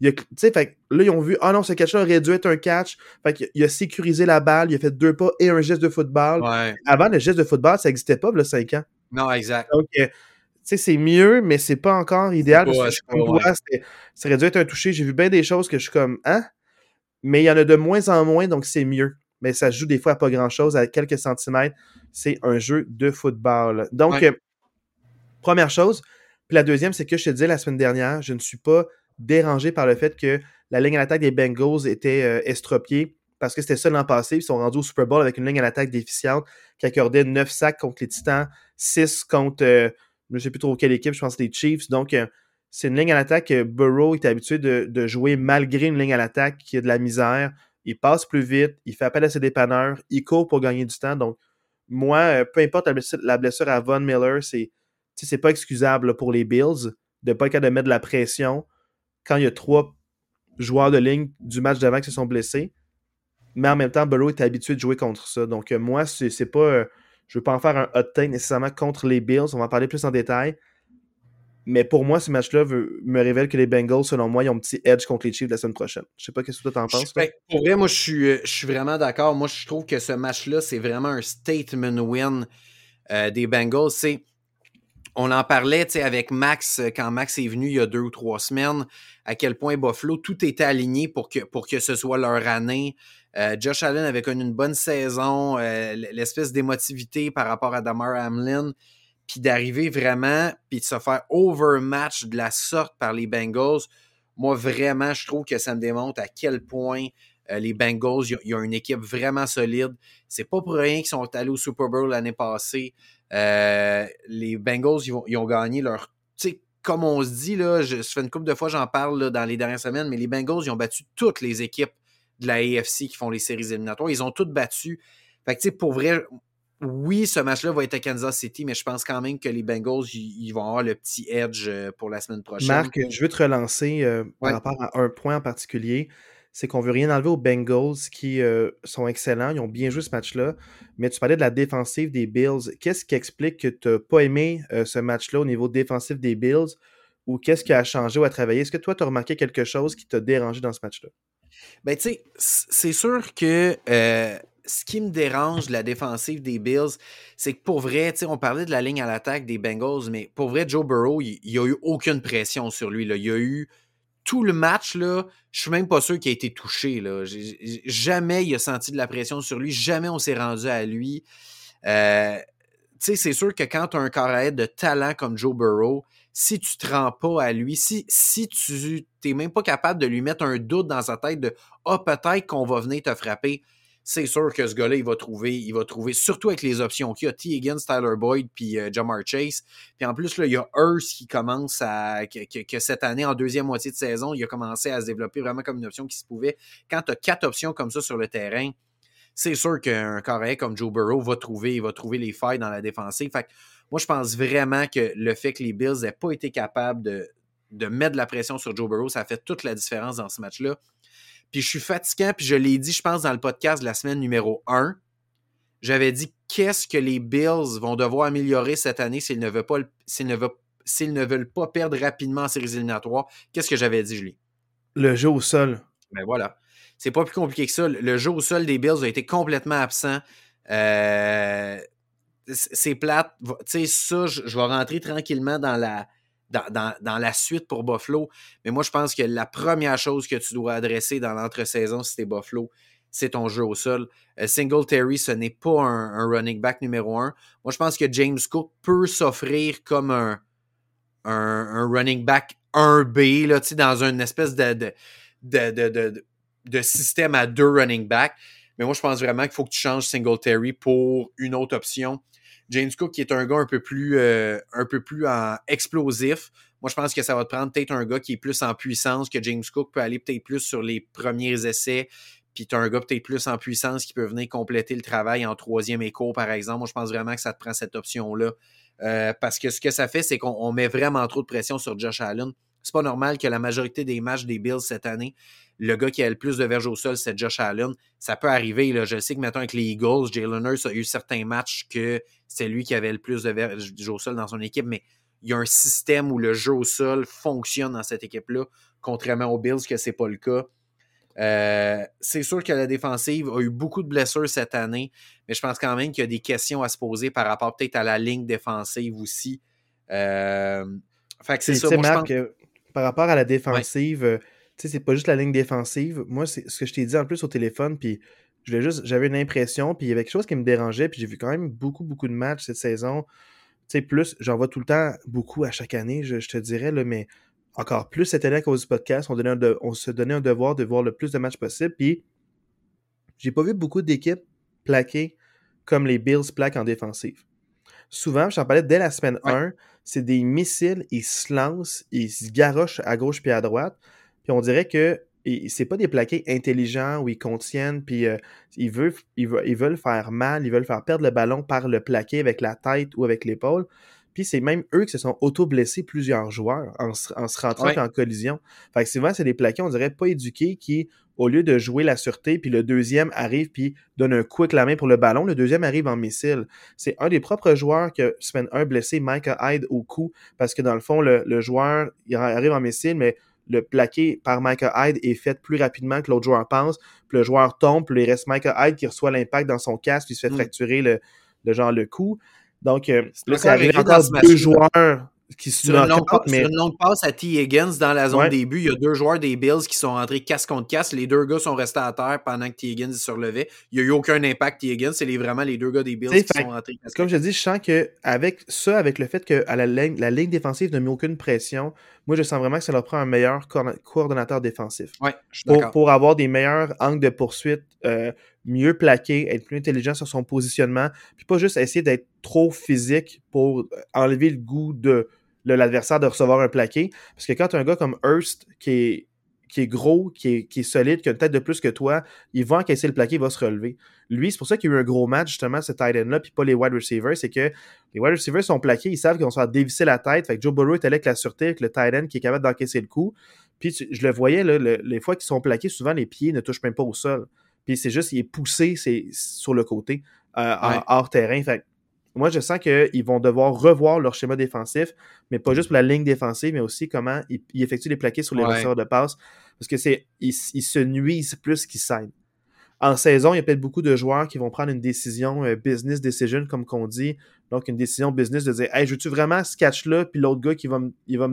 Fait là, ils ont vu, ah non, ce catch-là aurait dû être un catch. Fait qu'il a sécurisé la balle, il a fait 2 pas et un geste de football. Ouais. Avant, le geste de football, ça n'existait pas, là, 5 ans. Non, exact. Donc, c'est mieux, mais c'est pas encore idéal. Parce que je suis comme toi, ça aurait dû être un toucher. J'ai vu bien des choses que je suis comme, hein? Mais il y en a de moins en moins, donc c'est mieux. Mais ça se joue des fois à pas grand-chose, à quelques centimètres. C'est un jeu de football. Donc, première chose. Puis la deuxième, c'est que je te disais la semaine dernière, je ne suis pas dérangé par le fait que la ligne à l'attaque des Bengals était estropiée parce que c'était ça l'an passé. Ils sont rendus au Super Bowl avec une ligne à l'attaque déficiente qui accordait 9 sacs contre les Titans, 6 contre, je ne sais plus trop quelle équipe, je pense les Chiefs. Donc, c'est une ligne à l'attaque que Burrow est habitué de jouer malgré une ligne à l'attaque qui a de la misère. Il passe plus vite, il fait appel à ses dépanneurs, il court pour gagner du temps. Donc, moi, peu importe la blessure à Von Miller, c'est pas excusable là, pour les Bills de pas être capable de mettre de la pression quand il y a 3 joueurs de ligne du match d'avant qui se sont blessés. Mais en même temps, Burrow est habitué de jouer contre ça. Donc, moi, c'est pas. Je veux pas en faire un hot take nécessairement contre les Bills. On va en parler plus en détail. Mais pour moi, ce match-là me révèle que les Bengals, selon moi, ils ont un petit edge contre les Chiefs la semaine prochaine. Je sais pas qu'est-ce que toi t'en penses. Pour vrai, moi, je suis vraiment d'accord. Moi, je trouve que ce match-là, c'est vraiment un statement win des Bengals. On en parlait avec Max, quand Max est venu il y a 2 ou 3 semaines, à quel point Buffalo, tout était aligné pour que ce soit leur année. Josh Allen avait connu une bonne saison, l'espèce d'émotivité par rapport à Damar Hamlin, puis d'arriver vraiment, puis de se faire overmatch de la sorte par les Bengals. Moi, vraiment, je trouve que ça me démontre à quel point les Bengals, ils ont une équipe vraiment solide. C'est pas pour rien qu'ils sont allés au Super Bowl l'année passée. Les Bengals, ils ont gagné leur... Tu sais, comme on se dit, là, ça fait une couple de fois j'en parle là, dans les dernières semaines, mais les Bengals, ils ont battu toutes les équipes de la AFC qui font les séries éliminatoires. Ils ont toutes battu. Fait que, tu sais, pour vrai, oui, ce match-là va être à Kansas City, mais je pense quand même que les Bengals, ils vont avoir le petit edge pour la semaine prochaine. Marc, je veux te relancer par rapport à un point en particulier. C'est qu'on veut rien enlever aux Bengals qui sont excellents. Ils ont bien joué ce match-là. Mais tu parlais de la défensive des Bills. Qu'est-ce qui explique que tu n'as pas aimé ce match-là au niveau défensif des Bills? Ou qu'est-ce qui a changé ou à travailler? Est-ce que toi, tu as remarqué quelque chose qui t'a dérangé dans ce match-là? Ben, tu sais, c'est sûr que ce qui me dérange de la défensive des Bills, c'est que pour vrai, tu sais, on parlait de la ligne à l'attaque des Bengals, mais pour vrai, Joe Burrow, il n'y a eu aucune pression sur lui. Là. Il y a eu tout le match, là, je suis même pas sûr qu'il a été touché. Là. Jamais il a senti de la pression sur lui, jamais on s'est rendu à lui. Tu sais, c'est sûr que quand tu as un carrière de talent comme Joe Burrow, si tu te rends pas à lui, si tu n'es même pas capable de lui mettre un doute dans sa tête de « Ah, peut-être qu'on va venir te frapper », c'est sûr que ce gars-là, il va trouver, surtout avec les options qu'il y a, T. Higgins, Tyler Boyd, puis Ja'Marr Chase. Puis en plus, là, il y a Hurst qui commence que cette année, en deuxième moitié de saison, il a commencé à se développer vraiment comme une option qui se pouvait. Quand tu as 4 options comme ça sur le terrain, c'est sûr qu'un carré comme Joe Burrow va trouver les failles dans la défensive. Fait que moi, je pense vraiment que le fait que les Bills n'aient pas été capables de mettre de la pression sur Joe Burrow, ça a fait toute la différence dans ce match-là. Puis je suis fatiguant, puis je l'ai dit, je pense, dans le podcast de la semaine numéro 1. J'avais dit qu'est-ce que les Bills vont devoir améliorer cette année s'ils ne veulent pas perdre rapidement en séries éliminatoires. Qu'est-ce que j'avais dit, Julie? Le jeu au sol. Ben voilà. C'est pas plus compliqué que ça. Le jeu au sol des Bills a été complètement absent. C'est plate. Tu sais, ça, je vais rentrer tranquillement dans la suite pour Buffalo. Mais moi, je pense que la première chose que tu dois adresser dans l'entre-saison, si t'es Buffalo, c'est ton jeu au sol. Singletary, ce n'est pas un running back numéro 1. Moi, je pense que James Cook peut s'offrir comme un running back 1B, là, dans une espèce de système à 2 running backs. Mais moi, je pense vraiment qu'il faut que tu changes Singletary pour une autre option. James Cook, qui est un gars un peu plus explosif. Moi, je pense que ça va te prendre peut-être un gars qui est plus en puissance, que James Cook peut aller peut-être plus sur les premiers essais, puis tu as un gars peut-être plus en puissance qui peut venir compléter le travail en 3e écho, par exemple. Moi, je pense vraiment que ça te prend cette option-là. Parce que ce que ça fait, c'est qu'on met vraiment trop de pression sur Josh Allen. C'est pas normal que la majorité des matchs des Bills cette année, le gars qui a le plus de verges au sol, c'est Josh Allen. Ça peut arriver. Là. Je sais que maintenant avec les Eagles, Jalen Hurts a eu certains matchs que c'est lui qui avait le plus de verges au sol dans son équipe, mais il y a un système où le jeu au sol fonctionne dans cette équipe-là, contrairement aux Bills que c'est pas le cas. C'est sûr que la défensive a eu beaucoup de blessures cette année, mais je pense quand même qu'il y a des questions à se poser par rapport peut-être à la ligne défensive aussi. Fait que c'est ça. Moi, Marc, je pense... par rapport à la défensive, ouais. C'est pas juste la ligne défensive. Moi, c'est ce que je t'ai dit en plus au téléphone, puis j'avais une impression, puis il y avait quelque chose qui me dérangeait, puis j'ai vu quand même beaucoup de matchs cette saison. Plus, j'en vois tout le temps beaucoup à chaque année, je te dirais, là, mais encore plus cette année à cause du podcast, on se donnait un devoir de voir le plus de matchs possible, puis j'ai pas vu beaucoup d'équipes plaquer comme les Bills plaquent en défensive. Souvent, j'en parlais dès la semaine 1, c'est des missiles, ils se lancent, ils se garochent à gauche puis à droite, puis on dirait que c'est pas des plaqués intelligents où ils contiennent, puis ils veulent faire mal, ils veulent faire perdre le ballon par le plaqué avec la tête ou avec l'épaule. Puis c'est même eux qui se sont auto-blessés plusieurs joueurs en se rentrant en collision. Fait que souvent, c'est des plaqués, on dirait, pas éduqués qui, au lieu de jouer la sûreté, puis le deuxième arrive puis donne un coup avec la main pour le ballon, le deuxième arrive en missile. C'est un des propres joueurs que semaine 1 blessé, Micah Hyde, au cou, parce que dans le fond, le joueur, il arrive en missile, mais le plaqué par Micah Hyde est fait plus rapidement que l'autre joueur pense, puis le joueur tombe, puis il reste Micah Hyde qui reçoit l'impact dans son casque, puis il se fait fracturer le cou. Donc, là, c'est arrivé encore deux joueurs qui sur une longue passe à T. Higgins dans la zone début, il y a deux joueurs des Bills qui sont rentrés casse contre casse. Les deux gars sont restés à terre pendant que T. Higgins se relevait. Il n'y a eu aucun impact T. Higgins. C'est vraiment les deux gars des Bills qui sont rentrés. Comme je dis, je sens qu'avec le fait que à la ligne défensive ne met aucune pression, moi, je sens vraiment que ça leur prend un meilleur coordonnateur défensif. Ouais, je suis d'accord. Pour avoir des meilleurs angles de poursuite, mieux plaqué, être plus intelligent sur son positionnement, puis pas juste essayer d'être trop physique pour enlever le goût de l'adversaire de recevoir un plaqué. Parce que quand tu as un gars comme Hurst qui est gros, qui est solide, qui a une tête de plus que toi, il va encaisser le plaqué, il va se relever. Lui, c'est pour ça qu'il y a eu un gros match, justement, ce tight end-là, puis pas les wide receivers, c'est que les wide receivers sont plaqués, ils savent qu'ils vont se faire dévisser la tête, fait que Joe Burrow est allé avec la sûreté, avec le tight end qui est capable d'encaisser le coup. Puis je le voyais, là, les fois qu'ils sont plaqués, souvent les pieds ne touchent même pas au sol. Puis c'est juste, il est poussé sur le côté, hors terrain. Fait que moi, je sens qu'ils vont devoir revoir leur schéma défensif, mais pas juste pour la ligne défensive, mais aussi comment ils effectuent les plaqués sur les receveurs de passe. Parce que ils se nuisent plus qu'ils s'aident. En saison, il y a peut-être beaucoup de joueurs qui vont prendre une décision business decision, comme qu'on dit. Donc, une décision business de dire « Hey, je veux-tu vraiment ce catch-là? » Puis l'autre gars qui va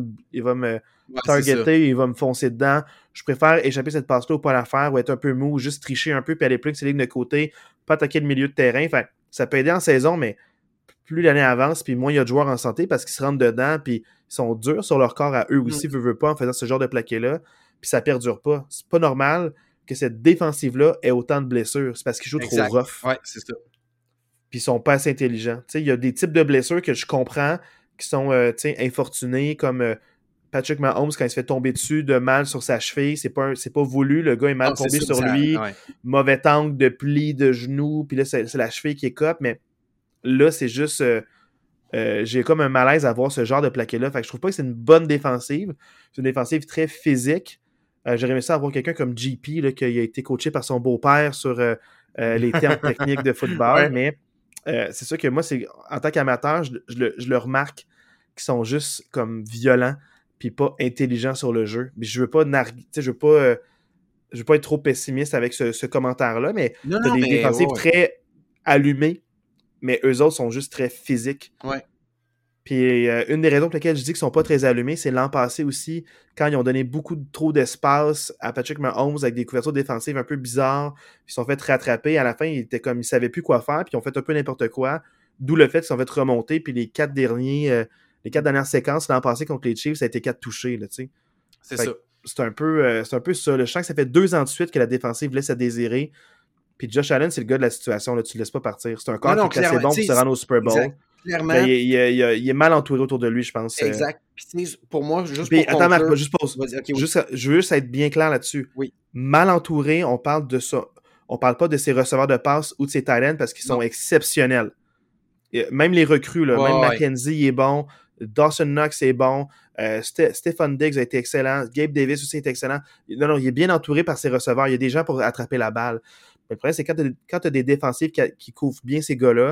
me targeter, il va me foncer dedans. Je préfère échapper cette passe-là ou pas la faire, ou être un peu mou, juste tricher un peu, puis aller plus que ces lignes de côté, pas attaquer le milieu de terrain. Enfin, ça peut aider en saison, mais plus l'année avance, puis moins il y a de joueurs en santé parce qu'ils se rentrent dedans, puis ils sont durs sur leur corps à eux aussi, veut pas, en faisant ce genre de plaqué-là, puis ça perdure pas. C'est pas normal que cette défensive-là ait autant de blessures. C'est parce qu'ils jouent trop rough. Ouais, c'est ça. Puis ils sont pas assez intelligents. Il y a des types de blessures que je comprends qui sont infortunés, comme Patrick Mahomes, quand il se fait tomber dessus de mal sur sa cheville, c'est pas voulu, le gars est mal tombé sur lui, mauvais angle de pli de genou, puis là, c'est la cheville qui est cope, mais là, c'est juste... j'ai comme un malaise à voir ce genre de plaqué-là. Fait que je trouve pas que c'est une bonne défensive. C'est une défensive très physique. J'aurais aimé ça avoir quelqu'un comme JP là, qui a été coaché par son beau-père sur les termes techniques de football. Mais c'est sûr que moi, en tant qu'amateur, je le remarque qu'ils sont juste comme violents puis pas intelligents sur le jeu. Mais je veux pas je veux pas être trop pessimiste avec ce commentaire-là, mais t'as des défensives très allumées, mais eux autres sont juste très physiques. Ouais. Puis une des raisons pour lesquelles je dis qu'ils sont pas très allumés, c'est l'an passé aussi, quand ils ont donné trop d'espace à Patrick Mahomes avec des couvertures défensives un peu bizarres, ils se sont fait rattraper. À la fin, ils savaient plus quoi faire, puis ils ont fait un peu n'importe quoi. D'où le fait qu'ils se sont fait remonter, puis les quatre dernières séquences l'an passé contre les Chiefs, ça a été 4 touchés, là, tu sais. C'est ça. C'est un peu ça. Je sens que ça fait 2 ans de suite que la défensive laisse à désirer. Puis Josh Allen, c'est le gars de la situation. Là, tu le laisses pas partir. C'est un corps qui est assez bon pour se rendre au Super Bowl. Exact. Clairement. Ben, il est mal entouré autour de lui, je pense. Exact. Puis pour moi, juste puis, pour attends, conclure... Marc, juste pause. Okay, je veux juste être bien clair là-dessus. Oui. Mal entouré, on parle de ça. On parle pas de ses receveurs de passe ou de ses tight ends parce qu'ils sont exceptionnels. Même les recrues, là, même McKenzie est bon, Dawson Knox est bon, Stephon Diggs a été excellent, Gabe Davis aussi est excellent. Non, il est bien entouré par ses receveurs. Il y a des gens pour attraper la balle. Mais le problème, c'est quand tu as des défensifs qui couvrent bien ces gars-là,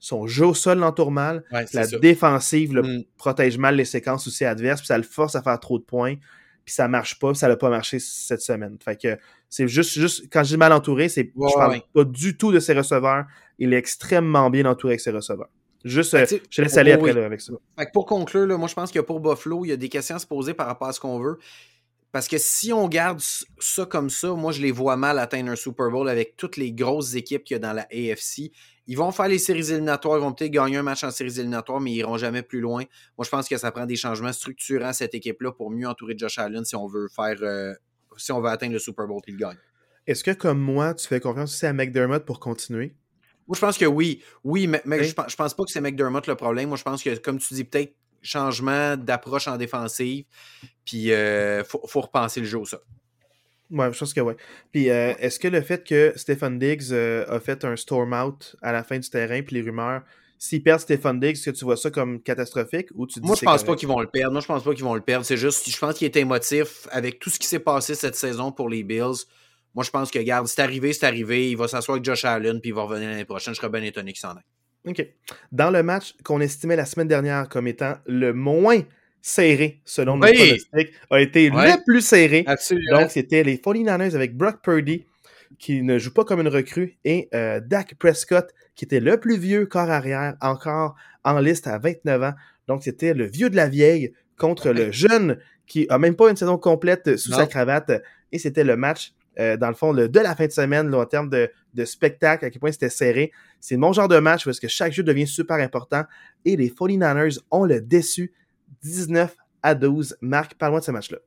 son jeu au sol l'entoure mal, la défensive protège mal les séquences aussi adverses, puis ça le force à faire trop de points, puis ça marche pas, puis ça n'a pas marché cette semaine. Fait que c'est juste quand je dis mal entouré, je parle pas du tout de ses receveurs. Il est extrêmement bien entouré avec ses receveurs. Juste, je te laisse aller après là, avec ça. Fait que pour conclure, là, moi je pense que pour Buffalo, il y a des questions à se poser par rapport à ce qu'on veut. Parce que si on garde ça comme ça, moi, je les vois mal atteindre un Super Bowl avec toutes les grosses équipes qu'il y a dans la AFC. Ils vont faire les séries éliminatoires, ils vont peut-être gagner un match en séries éliminatoires, mais ils n'iront jamais plus loin. Moi, je pense que ça prend des changements structurants à cette équipe-là pour mieux entourer Josh Allen si on veut atteindre le Super Bowl et le gagner. Est-ce que, comme moi, tu fais confiance aussi à McDermott pour continuer? Moi, je pense que oui. Oui, mais je pense pas que c'est McDermott le problème. Moi, je pense que, comme tu dis, peut-être changement d'approche en défensive, puis faut repenser le jeu au sol. Ouais, je pense que oui. Puis est-ce que le fait que Stefon Diggs a fait un storm out à la fin du terrain, puis les rumeurs, s'ils perdent Stefon Diggs, est-ce que tu vois ça comme catastrophique ou tu dis Moi, je pense pas qu'ils vont le perdre. Moi, je pense pas qu'ils vont le perdre. C'est juste, je pense qu'il est émotif avec tout ce qui s'est passé cette saison pour les Bills. Moi, je pense que, regarde, c'est arrivé. Il va s'asseoir avec Josh Allen, puis il va revenir l'année prochaine. Je serais bien étonné qu'il s'en aille. OK. Dans le match qu'on estimait la semaine dernière comme étant le moins serré, selon nos pronostics, a été le plus serré. Absolument. Donc, c'était les 49ers avec Brock Purdy, qui ne joue pas comme une recrue, et Dak Prescott, qui était le plus vieux corps arrière, encore en liste à 29 ans. Donc, c'était le vieux de la vieille contre le jeune, qui a même pas une saison complète sous sa cravate. Et c'était le match dans le fond, de la fin de semaine, là, en termes de spectacle, à quel point c'était serré. C'est mon genre de match parce que chaque jeu devient super important et les 49ers ont le déçu 19-12. Marc, parle-moi de ce match-là.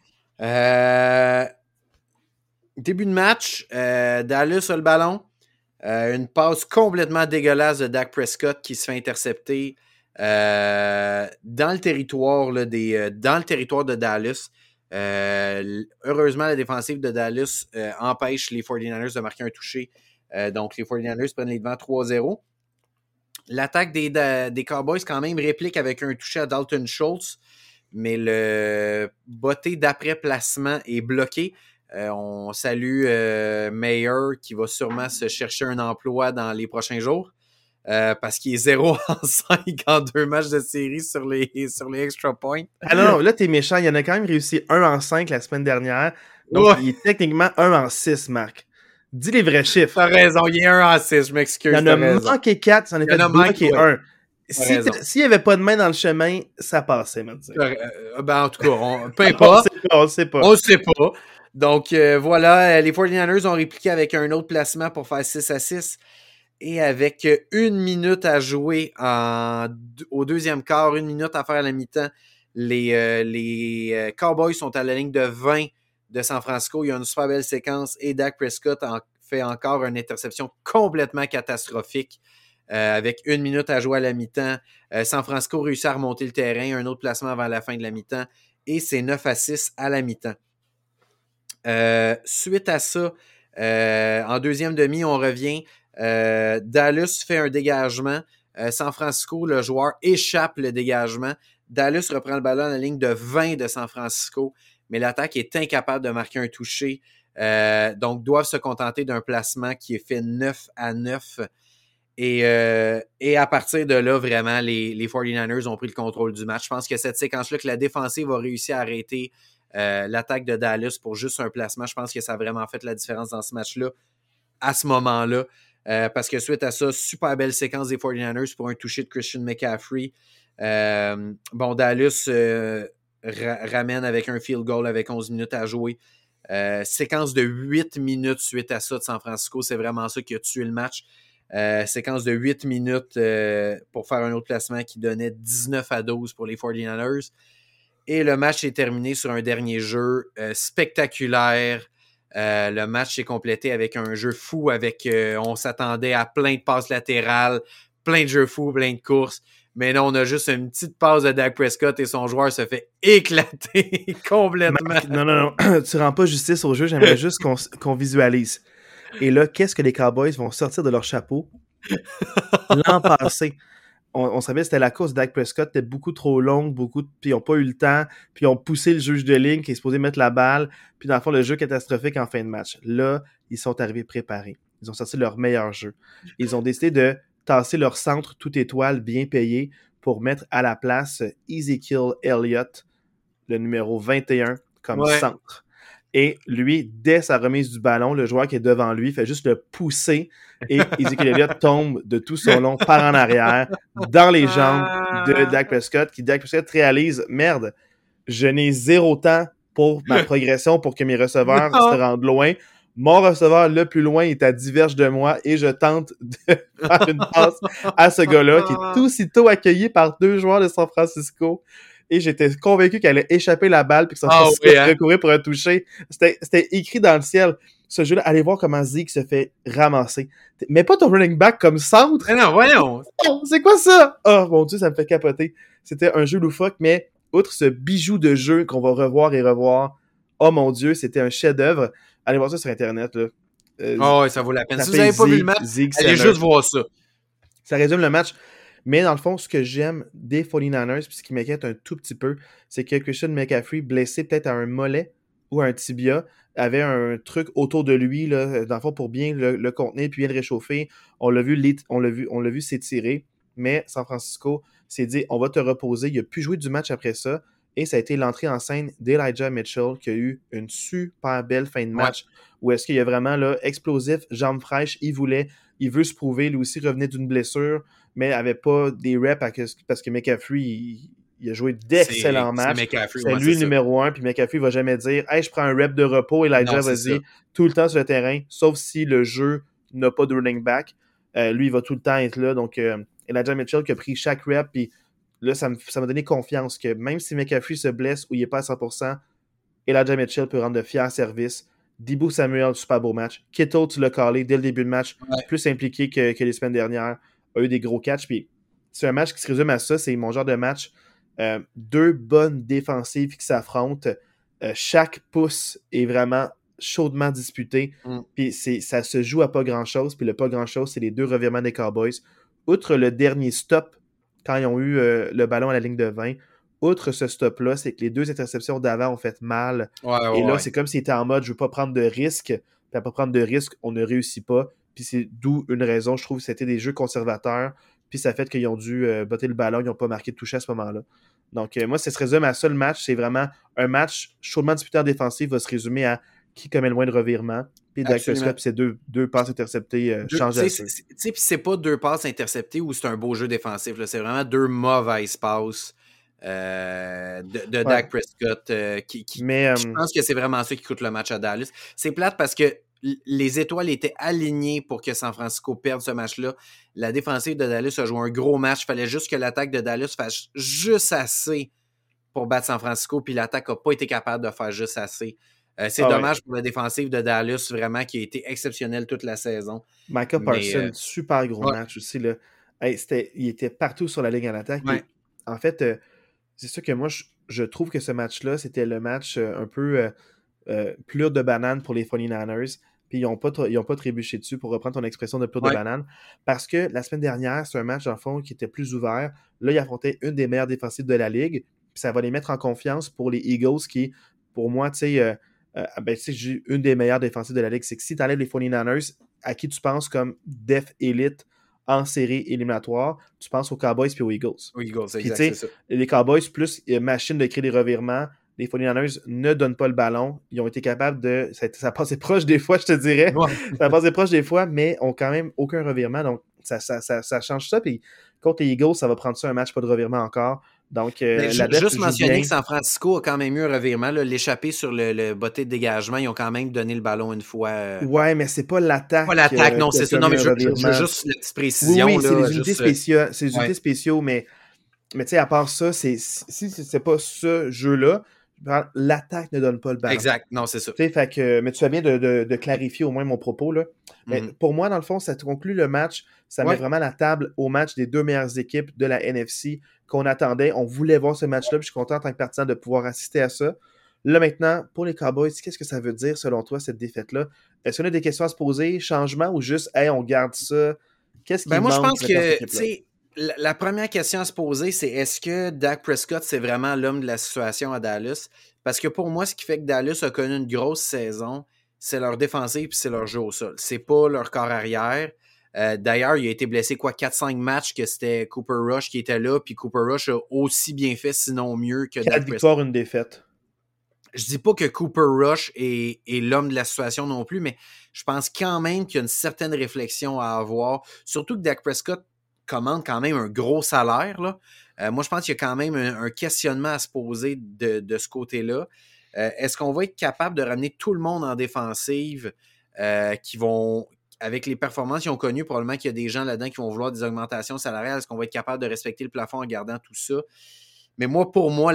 Début de match, Dallas a le ballon. Une passe complètement dégueulasse de Dak Prescott qui se fait intercepter dans le territoire dans le territoire de Dallas. Heureusement, la défensive de Dallas empêche les 49ers de marquer un touché. Donc, les 49ers prennent les devants 3-0. L'attaque des Cowboys, quand même, réplique avec un touché à Dalton Schultz, mais le botté d'après-placement est bloqué. On salue Mayer qui va sûrement se chercher un emploi dans les prochains jours. Parce qu'il est 0-5 en 2 matchs de série sur les extra points. Ah non, là, t'es méchant. Il y en a quand même réussi 1-5 la semaine dernière. Donc, il est techniquement 1-6, Marc. Dis les vrais chiffres. T'as raison, il est 1-6, je m'excuse. Il y en a manqué 4, ça en a fait bloquer 1. S'il n'y avait pas de main dans le chemin, ça passait, maintenant. En tout cas, peu importe. On le sait pas. On le sait pas. Donc, voilà, les 49ers ont répliqué avec un autre placement pour faire 6-6. Et avec 1 minute à jouer au deuxième quart, 1 minute à faire à la mi-temps, les Cowboys sont à la ligne de 20 de San Francisco. Il y a une super belle séquence et Dak Prescott fait encore une interception complètement catastrophique avec 1 minute à jouer à la mi-temps. San Francisco réussit à remonter le terrain, un autre placement avant la fin de la mi-temps et c'est 9-6 à la mi-temps. Suite à ça, en deuxième demi, on revient. Dallas fait un dégagement. San Francisco, le joueur, échappe le dégagement. Dallas reprend le ballon à la ligne de 20 de San Francisco, mais l'attaque est incapable de marquer un touché. Donc, doivent se contenter d'un placement qui est fait 9-9. Et à partir de là, vraiment, les 49ers ont pris le contrôle du match. Je pense que cette séquence-là, que la défensive a réussi à arrêter l'attaque de Dallas pour juste un placement, je pense que ça a vraiment fait la différence dans ce match-là, à ce moment-là. Parce que suite à ça, super belle séquence des 49ers pour un touché de Christian McCaffrey. Dallas ramène avec un field goal avec 11 minutes à jouer. Séquence de 8 minutes suite à ça de San Francisco. C'est vraiment ça qui a tué le match. Séquence de 8 minutes pour faire un autre placement qui donnait 19-12 pour les 49ers. Et le match est terminé sur un dernier jeu spectaculaire. Le match s'est complété avec un jeu fou, on s'attendait à plein de passes latérales, plein de jeux fous, plein de courses. Mais non, on a juste une petite passe de Dak Prescott et son joueur se fait éclater complètement. Non. Tu rends pas justice au jeu, j'aimerais juste qu'on visualise. Et là, qu'est-ce que les Cowboys vont sortir de leur chapeau? L'an passé, on savait que c'était la course. Dak Prescott était beaucoup trop longue, puis ils n'ont pas eu le temps, puis ils ont poussé le juge de ligne qui est supposé mettre la balle, puis dans le fond, le jeu catastrophique en fin de match. Là, ils sont arrivés préparés. Ils ont sorti leur meilleur jeu. Ils ont décidé de tasser leur centre tout étoile bien payé pour mettre à la place Ezekiel Elliott, le numéro 21, comme centre. Et lui, dès sa remise du ballon, le joueur qui est devant lui fait juste le pousser et Ezekiel Elliott tombe de tout son long par en arrière dans les jambes de Dak Prescott, qui Dak Prescott réalise, merde, je n'ai 0 temps pour ma progression pour que mes receveurs se rendent loin. Mon receveur le plus loin est à 10 verges de moi et je tente de faire une passe à ce gars-là qui est aussitôt accueilli par 2 joueurs de San Francisco. Et j'étais convaincu qu'elle allait échapper la balle puis que San Francisco recourir pour un toucher. C'était écrit dans le ciel. Ce jeu-là, allez voir comment Zeke se fait ramasser. Mais pas ton running back comme centre. Mais non, voyons. Oh, c'est quoi ça? Oh mon Dieu, ça me fait capoter. C'était un jeu loufoque, mais outre ce bijou de jeu qu'on va revoir et revoir, oh mon Dieu, c'était un chef-d'œuvre. Allez voir ça sur Internet. Là. Ouais, ça vaut la peine. Si vous n'avez pas vu le match, allez juste voir ça. Ça résume le match. Mais dans le fond, ce que j'aime des 49ers, puis ce qui m'inquiète un tout petit peu, c'est que Christian McCaffrey, blessé peut-être à un mollet ou à un tibia, avait un truc autour de lui, là, dans le fond, pour bien le contenir puis bien le réchauffer. On l'a vu s'étirer. Mais San Francisco s'est dit, on va te reposer. Il a pu jouer du match après ça. Et ça a été l'entrée en scène d'Elijah Mitchell qui a eu une super belle fin de match où est-ce qu'il y a vraiment là, explosif, jambes fraîches, il veut se prouver, lui aussi revenait d'une blessure, mais n'avait pas des reps parce que McCaffrey, il a joué d'excellents matchs. C'est lui le numéro 1, puis McCaffrey va jamais dire « Hey, je prends un rep de repos, Elijah, vas-y, tout le temps sur le terrain, sauf si le jeu n'a pas de running back. Lui, il va tout le temps être là. Donc, Elijah Mitchell qui a pris chaque rep, puis là, ça m'a donné confiance que même si McCaffrey se blesse ou il n'est pas à 100%, Elijah Mitchell peut rendre de fiers services. Deebo Samuel, super beau match. Kittle, tu l'as callé dès le début de match, plus impliqué que les semaines dernières, a eu des gros catchs. Puis c'est un match qui se résume à ça, c'est mon genre de match. 2 bonnes défensives qui s'affrontent. Chaque pouce est vraiment chaudement disputé. Puis ça se joue à pas grand-chose. Puis le pas grand-chose, c'est les 2 revirements des Cowboys. Outre le dernier stop, quand ils ont eu le ballon à la ligne de 20, outre ce stop-là, c'est que les 2 interceptions d'avant ont fait mal. Et là, c'est comme s'ils étaient en mode « je veux pas prendre de risques ». Puis à pas prendre de risques, on ne réussit pas. Puis c'est d'où une raison, je trouve, que c'était des jeux conservateurs. Puis ça fait qu'ils ont dû botter le ballon, ils n'ont pas marqué de toucher à ce moment-là. Donc moi, ça se résume à ça le match. C'est vraiment un match chaudement disputé en défensive, va se résumer à qui commet le moins de revirements. Puis Dak Prescott, puis ces deux passes interceptées changent à ça. Tu sais, puis c'est pas 2 passes interceptées ou c'est un beau jeu défensif. Là. C'est vraiment 2 mauvaises passes de Dak Prescott. Je pense que c'est vraiment ça qui coûte le match à Dallas. C'est plate parce que les étoiles étaient alignées pour que San Francisco perde ce match-là. La défensive de Dallas a joué un gros match. Il fallait juste que l'attaque de Dallas fasse juste assez pour battre San Francisco, puis l'attaque n'a pas été capable de faire juste assez. C'est dommage pour la défensive de Dallas, vraiment, qui a été exceptionnelle toute la saison. Micah Parsons, super gros match aussi. Là. Hey, il était partout sur la ligne à l'attaque. En fait, c'est sûr que moi, je trouve que ce match-là, c'était le match un peu plure de banane pour les 49ers. Puis ils n'ont pas trébuché dessus, pour reprendre ton expression de plure de banane. Parce que la semaine dernière, c'est un match, dans le fond, qui était plus ouvert. Là, ils affrontaient une des meilleures défensives de la Ligue. Puis ça va les mettre en confiance pour les Eagles qui, pour moi, tu sais, j'ai une des meilleures défensives de la Ligue. C'est que si tu enlèves les 49ers, à qui tu penses comme def élite en série éliminatoire, tu penses aux Cowboys puis aux Eagles. Aux Eagles, puis, c'est ça. Les Cowboys, plus machine de créer des revirements, les 49ers ne donnent pas le ballon. Ils ont été capables de... Ça passait proche des fois, je te dirais. Ça passait proche des fois, mais ont quand même aucun revirement. Donc, ça change ça. Puis contre les Eagles, ça va prendre ça un match, pas de revirement encore. Donc, juste mentionner que San Francisco a quand même eu un revirement. L'échappée sur le botté de dégagement, ils ont quand même donné le ballon une fois. Ouais, mais c'est pas l'attaque. Pas l'attaque, non, c'est ça. Non, mais je veux juste la petite précision. Oui, c'est les unités spéciaux. C'est les unités spéciaux, mais tu sais, à part ça, si c'est pas ce jeu-là, l'attaque ne donne pas le ballon. Exact, non, c'est ça. Fait que, mais tu fais bien de clarifier au moins mon propos. Là. Mais pour moi, dans le fond, ça conclut le match. Ça met vraiment la table au match des 2 meilleures équipes de la NFC qu'on attendait. On voulait voir ce match-là, puis je suis content en tant que partisan de pouvoir assister à ça. Là, maintenant, pour les Cowboys, qu'est-ce que ça veut dire, selon toi, cette défaite-là? Est-ce qu'on a des questions à se poser, changement, ou juste, hey, on garde ça? Qu'est-ce qui manque? Moi, je pense que, tu sais, la première question à se poser, c'est est-ce que Dak Prescott, c'est vraiment l'homme de la situation à Dallas? Parce que pour moi, ce qui fait que Dallas a connu une grosse saison, c'est leur défensive et c'est leur jeu au sol. C'est pas leur corps arrière. D'ailleurs, il a été blessé 4-5 matchs que c'était Cooper Rush qui était là, puis Cooper Rush a aussi bien fait, sinon mieux que 4 victoires, une défaite. Je dis pas que Cooper Rush est l'homme de la situation non plus, mais je pense quand même qu'il y a une certaine réflexion à avoir. Surtout que Dak Prescott commande quand même un gros salaire. Là. Moi, je pense qu'il y a quand même un questionnement à se poser de ce côté-là. Est-ce qu'on va être capable de ramener tout le monde en défensive qui vont, avec les performances qu'ils ont connues, probablement qu'il y a des gens là-dedans qui vont vouloir des augmentations salariales. Est-ce qu'on va être capable de respecter le plafond en gardant tout ça? Mais moi, pour moi,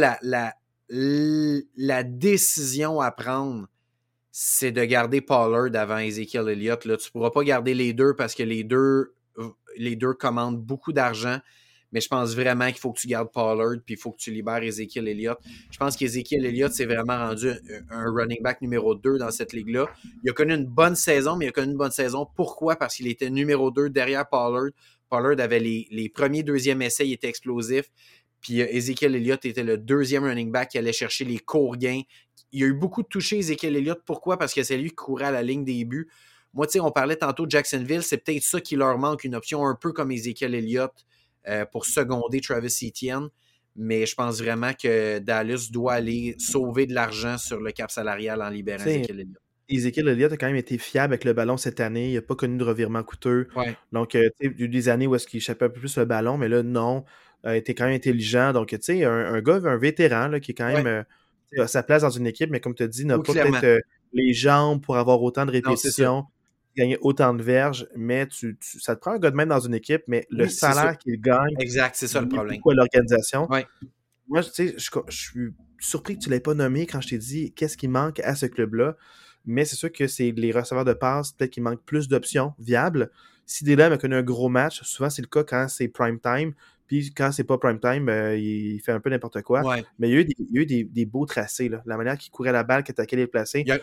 la décision à prendre, c'est de garder Pollard avant Ezekiel Elliott. Là, tu ne pourras pas garder les deux parce que les deux commandent beaucoup d'argent. Mais je pense vraiment qu'il faut que tu gardes Pollard puis il faut que tu libères Ezekiel Elliott. Je pense qu'Ezekiel Elliott s'est vraiment rendu un running back numéro 2 dans cette ligue-là. Il a connu une bonne saison, mais il a connu une bonne saison. Pourquoi? Parce qu'il était numéro 2 derrière Pollard. Pollard avait les premiers, deuxièmes essais, il était explosif. Puis Ezekiel Elliott était le deuxième running back qui allait chercher les courts gains. Il y a eu beaucoup de touchés, Ezekiel Elliott. Pourquoi? Parce que c'est lui qui courait à la ligne des buts. Moi, tu sais, on parlait tantôt de Jacksonville. C'est peut-être ça qui leur manque, une option un peu comme Ezekiel Elliott pour seconder Travis Etienne. Mais je pense vraiment que Dallas doit aller sauver de l'argent sur le cap salarial en libérant Ezekiel Elliott. Ezekiel Elliott a quand même été fiable avec le ballon cette année. Il n'a pas connu de revirement coûteux. Ouais. Donc, il y a eu des années où est-ce qu'il échappait un peu plus le ballon, mais là, non. Il était quand même intelligent. Donc, tu sais, un gars, un vétéran là, qui est quand même a sa place dans une équipe, mais comme tu as dit, n'a pas peut-être les jambes pour avoir autant de répétitions, gagner autant de verges, mais ça te prend un gars de même dans une équipe, mais le salaire qu'il gagne, exact, c'est ça le problème. Pourquoi l'organisation? Ouais. Moi, tu sais, je suis surpris que tu ne l'aies pas nommé quand je t'ai dit qu'est-ce qui manque à ce club-là, mais c'est sûr que c'est les receveurs de passe, peut-être qu'il manque plus d'options viables. Si Dylan a connu un gros match, souvent c'est le cas quand c'est prime time, puis quand c'est pas prime time, il fait un peu n'importe quoi. Ouais. Mais il y a eu des beaux tracés, là. La manière qu'il courait la balle, qu'il attaquait les placés. Il a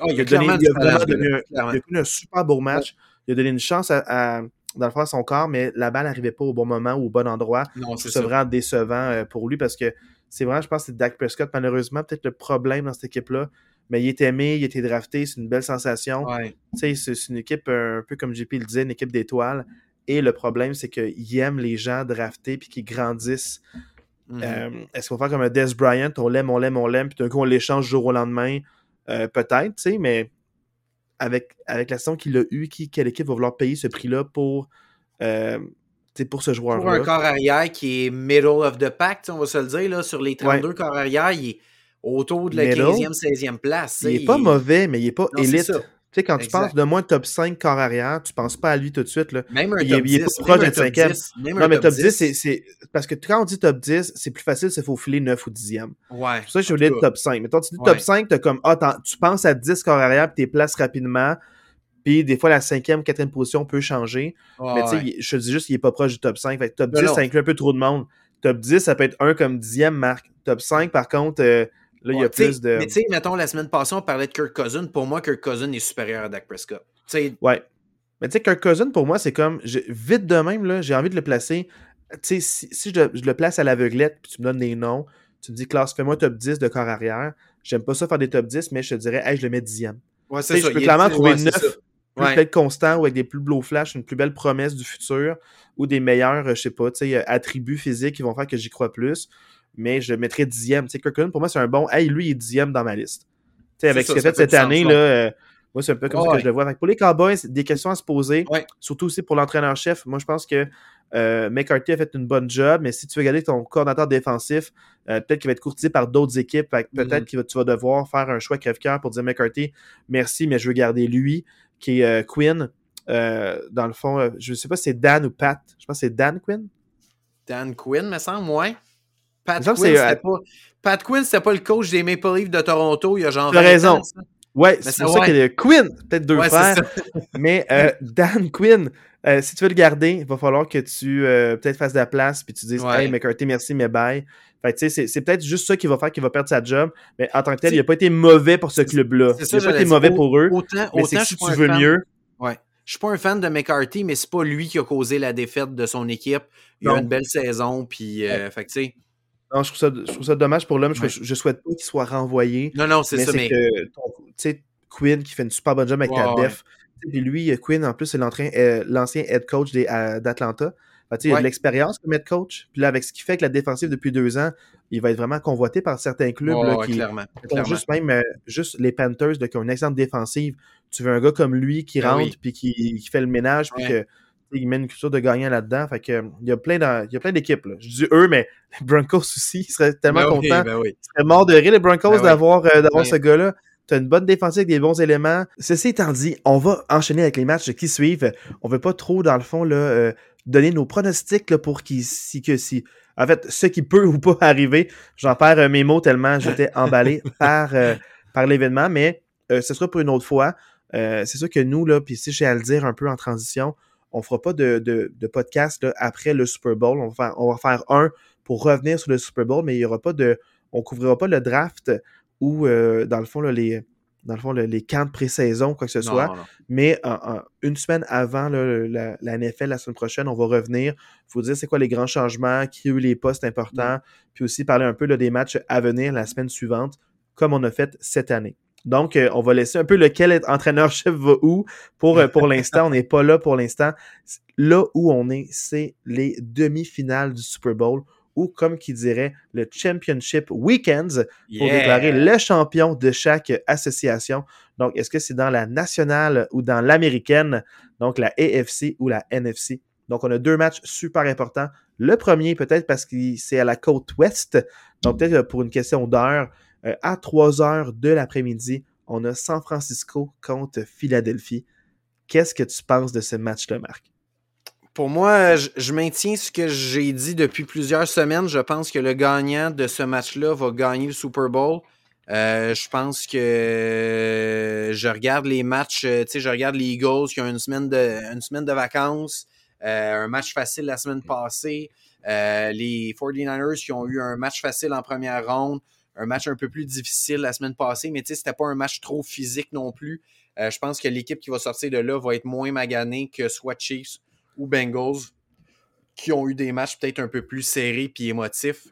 connu un super beau match. Ouais. Il a donné une chance dans le fond, à son corps, mais la balle n'arrivait pas au bon moment ou au bon endroit. C'est vraiment décevant pour lui parce que c'est vraiment, je pense, c'est Dak Prescott, malheureusement, peut-être le problème dans cette équipe-là. Mais il est aimé, il a été drafté, c'est une belle sensation. Ouais. C'est une équipe, un peu comme JP le disait, une équipe d'étoiles. Et le problème, c'est qu'il aime les gens draftés puis qu'ils grandissent. Mm-hmm. Est-ce qu'on va faire comme un Dez Bryant, on l'aime, puis d'un coup, on l'échange jour au lendemain? Peut-être, tu sais, mais avec la saison qu'il a eue, quelle équipe va vouloir payer ce prix-là pour ce joueur-là? Pour un corps arrière qui est middle of the pack, on va se le dire, là, sur les 32 corps arrière, il est autour de la 15e, 16e place. Il n'est pas mauvais, mais il n'est pas élite. Tu sais, quand tu penses de moins top 5 corps arrière, tu ne penses pas à lui tout de suite. Là. Même un top 10. Il est pas proche d'être 5e. Non, mais top 10, c'est parce que quand on dit top 10, c'est plus facile, c'est faufiler 9 ou 10e. Ouais. C'est pour ça que je voulais dire top 5. Mais quand tu dis top 5, tu as comme, tu penses à 10 corps arrière, puis tu les places rapidement. Puis des fois, la 5e, 4e position peut changer. Mais tu sais, je te dis juste qu'il n'est pas proche du top 5. Fait que top 10, ça inclut un peu trop de monde. Top 10, ça peut être un comme 10e marque. Top 5, par contre, là, il y a plus de... Mais tu sais, mettons, la semaine passée, on parlait de Kirk Cousins. Pour moi, Kirk Cousins est supérieur à Dak Prescott. Ouais. Mais tu sais, Kirk Cousins, pour moi, c'est comme... Vite de même, là, j'ai envie de le placer... Tu sais, si je le place à l'aveuglette, puis tu me donnes des noms, tu me dis, classe, fais-moi top 10 de corps arrière. J'aime pas ça faire des top 10, mais je te dirais, hey, je le mets 10e. Ouais, c'est ça. Je peux clairement trouver 9 plus peut-être constant ou avec des plus beaux flashs, une plus belle promesse du futur ou des meilleurs, je sais pas, tu sais, attributs physiques qui vont faire que j'y crois plus. Mais je le mettrais 10e. Tu sais, Kirk Cousins, pour moi, c'est un bon. Hey, lui, il est 10e dans ma liste. Tu sais, avec ce qu'il a fait cette année, là, moi, c'est un peu comme ça que je le vois. Pour les Cowboys, des questions à se poser, surtout aussi pour l'entraîneur-chef. Moi, je pense que McCarthy a fait une bonne job, mais si tu veux garder ton coordinateur défensif, peut-être qu'il va être courtisé par d'autres équipes. Peut-être que tu vas devoir faire un choix crève-cœur pour dire McCarthy, merci, mais je veux garder lui, qui est Quinn. Dans le fond, je ne sais pas si c'est Dan ou Pat. Je pense que c'est Dan Quinn. Dan Quinn, me semble, ouais. Pat Quinn, c'était pas le coach des Maple Leafs de Toronto il y a genre 20 raison. Ouais, c'est pour ça qu'il y a Quinn, peut-être deux frères. Mais Dan Quinn, si tu veux le garder, il va falloir que tu peut-être fasses de la place puis tu dises hey McCarthy, merci, mais bye. Fait tu sais, c'est peut-être juste ça qui va faire qu'il va perdre sa job. Mais en tant que tel, il n'a pas été mauvais pour ce club-là. Il n'a pas été mauvais pour eux. Mais c'est que si tu veux mieux. Ouais. Je suis pas un fan de McCarthy, mais c'est pas lui qui a causé la défaite de son équipe. Il a eu une belle saison, puis fait que tu sais. Non, je trouve ça dommage pour l'homme. Je souhaite pas qu'il soit renvoyé. Non, c'est ça, mais tu sais, Quinn qui fait une super bonne job avec la def. Puis lui, Quinn, en plus, c'est l'ancien head coach d'Atlanta. Il a de l'expérience comme head coach. Puis là, avec ce qu'il fait avec la défensive depuis 2 ans, il va être vraiment convoité par certains clubs qui ont juste les Panthers qui ont une excellente défensive. Tu veux un gars comme lui qui rentre puis qui fait le ménage puis qu'il met une culture de gagnant là-dedans. Fait que il y a plein d'équipes. Là. Je dis eux, mais les Broncos aussi, ils seraient tellement contents. Ils seraient morts de rire, les Broncos, d'avoir ce gars-là. Tu as une bonne défensive avec des bons éléments. Ceci étant dit, on va enchaîner avec les matchs qui suivent. On veut pas trop, dans le fond, là, donner nos pronostics là, pour en fait, ce qui peut ou pas arriver. J'en perds mes mots tellement j'étais emballé par l'événement, mais ce sera pour une autre fois. C'est sûr que nous, là, puis si j'ai à le dire un peu en transition, on fera pas de podcast là, après le Super Bowl. On va faire un pour revenir sur le Super Bowl, mais il y aura pas on couvrira pas le draft ou dans le fond, là, les camps de pré-saison, quoi que ce soit. Non. Mais une semaine avant la NFL, la semaine prochaine, on va revenir. Il faut dire c'est quoi les grands changements, qui ont eu les postes importants, puis aussi parler un peu là, des matchs à venir la semaine suivante, comme on a fait cette année. Donc, on va laisser un peu lequel entraîneur-chef va où. Pour l'instant, on n'est pas là pour l'instant. Là où on est, c'est les demi-finales du Super Bowl, ou comme qui dirait le Championship Weekends pour déclarer le champion de chaque association. Donc, est-ce que c'est dans la nationale ou dans l'américaine, donc la AFC ou la NFC? Donc, on a 2 matchs super importants. Le premier, peut-être parce que c'est à la côte ouest, donc peut-être pour une question d'heure, à 3h de l'après-midi, on a San Francisco contre Philadelphie. Qu'est-ce que tu penses de ce match-là, Marc? Pour moi, je maintiens ce que j'ai dit depuis plusieurs semaines. Je pense que le gagnant de ce match-là va gagner le Super Bowl. Je pense que je regarde les matchs, je regarde les Eagles qui ont une semaine de vacances, un match facile la semaine passée, les 49ers qui ont eu un match facile en première ronde, un match un peu plus difficile la semaine passée, mais c'était pas un match trop physique non plus. Je pense que l'équipe qui va sortir de là va être moins maganée que soit Chiefs ou Bengals, qui ont eu des matchs peut-être un peu plus serrés puis émotifs.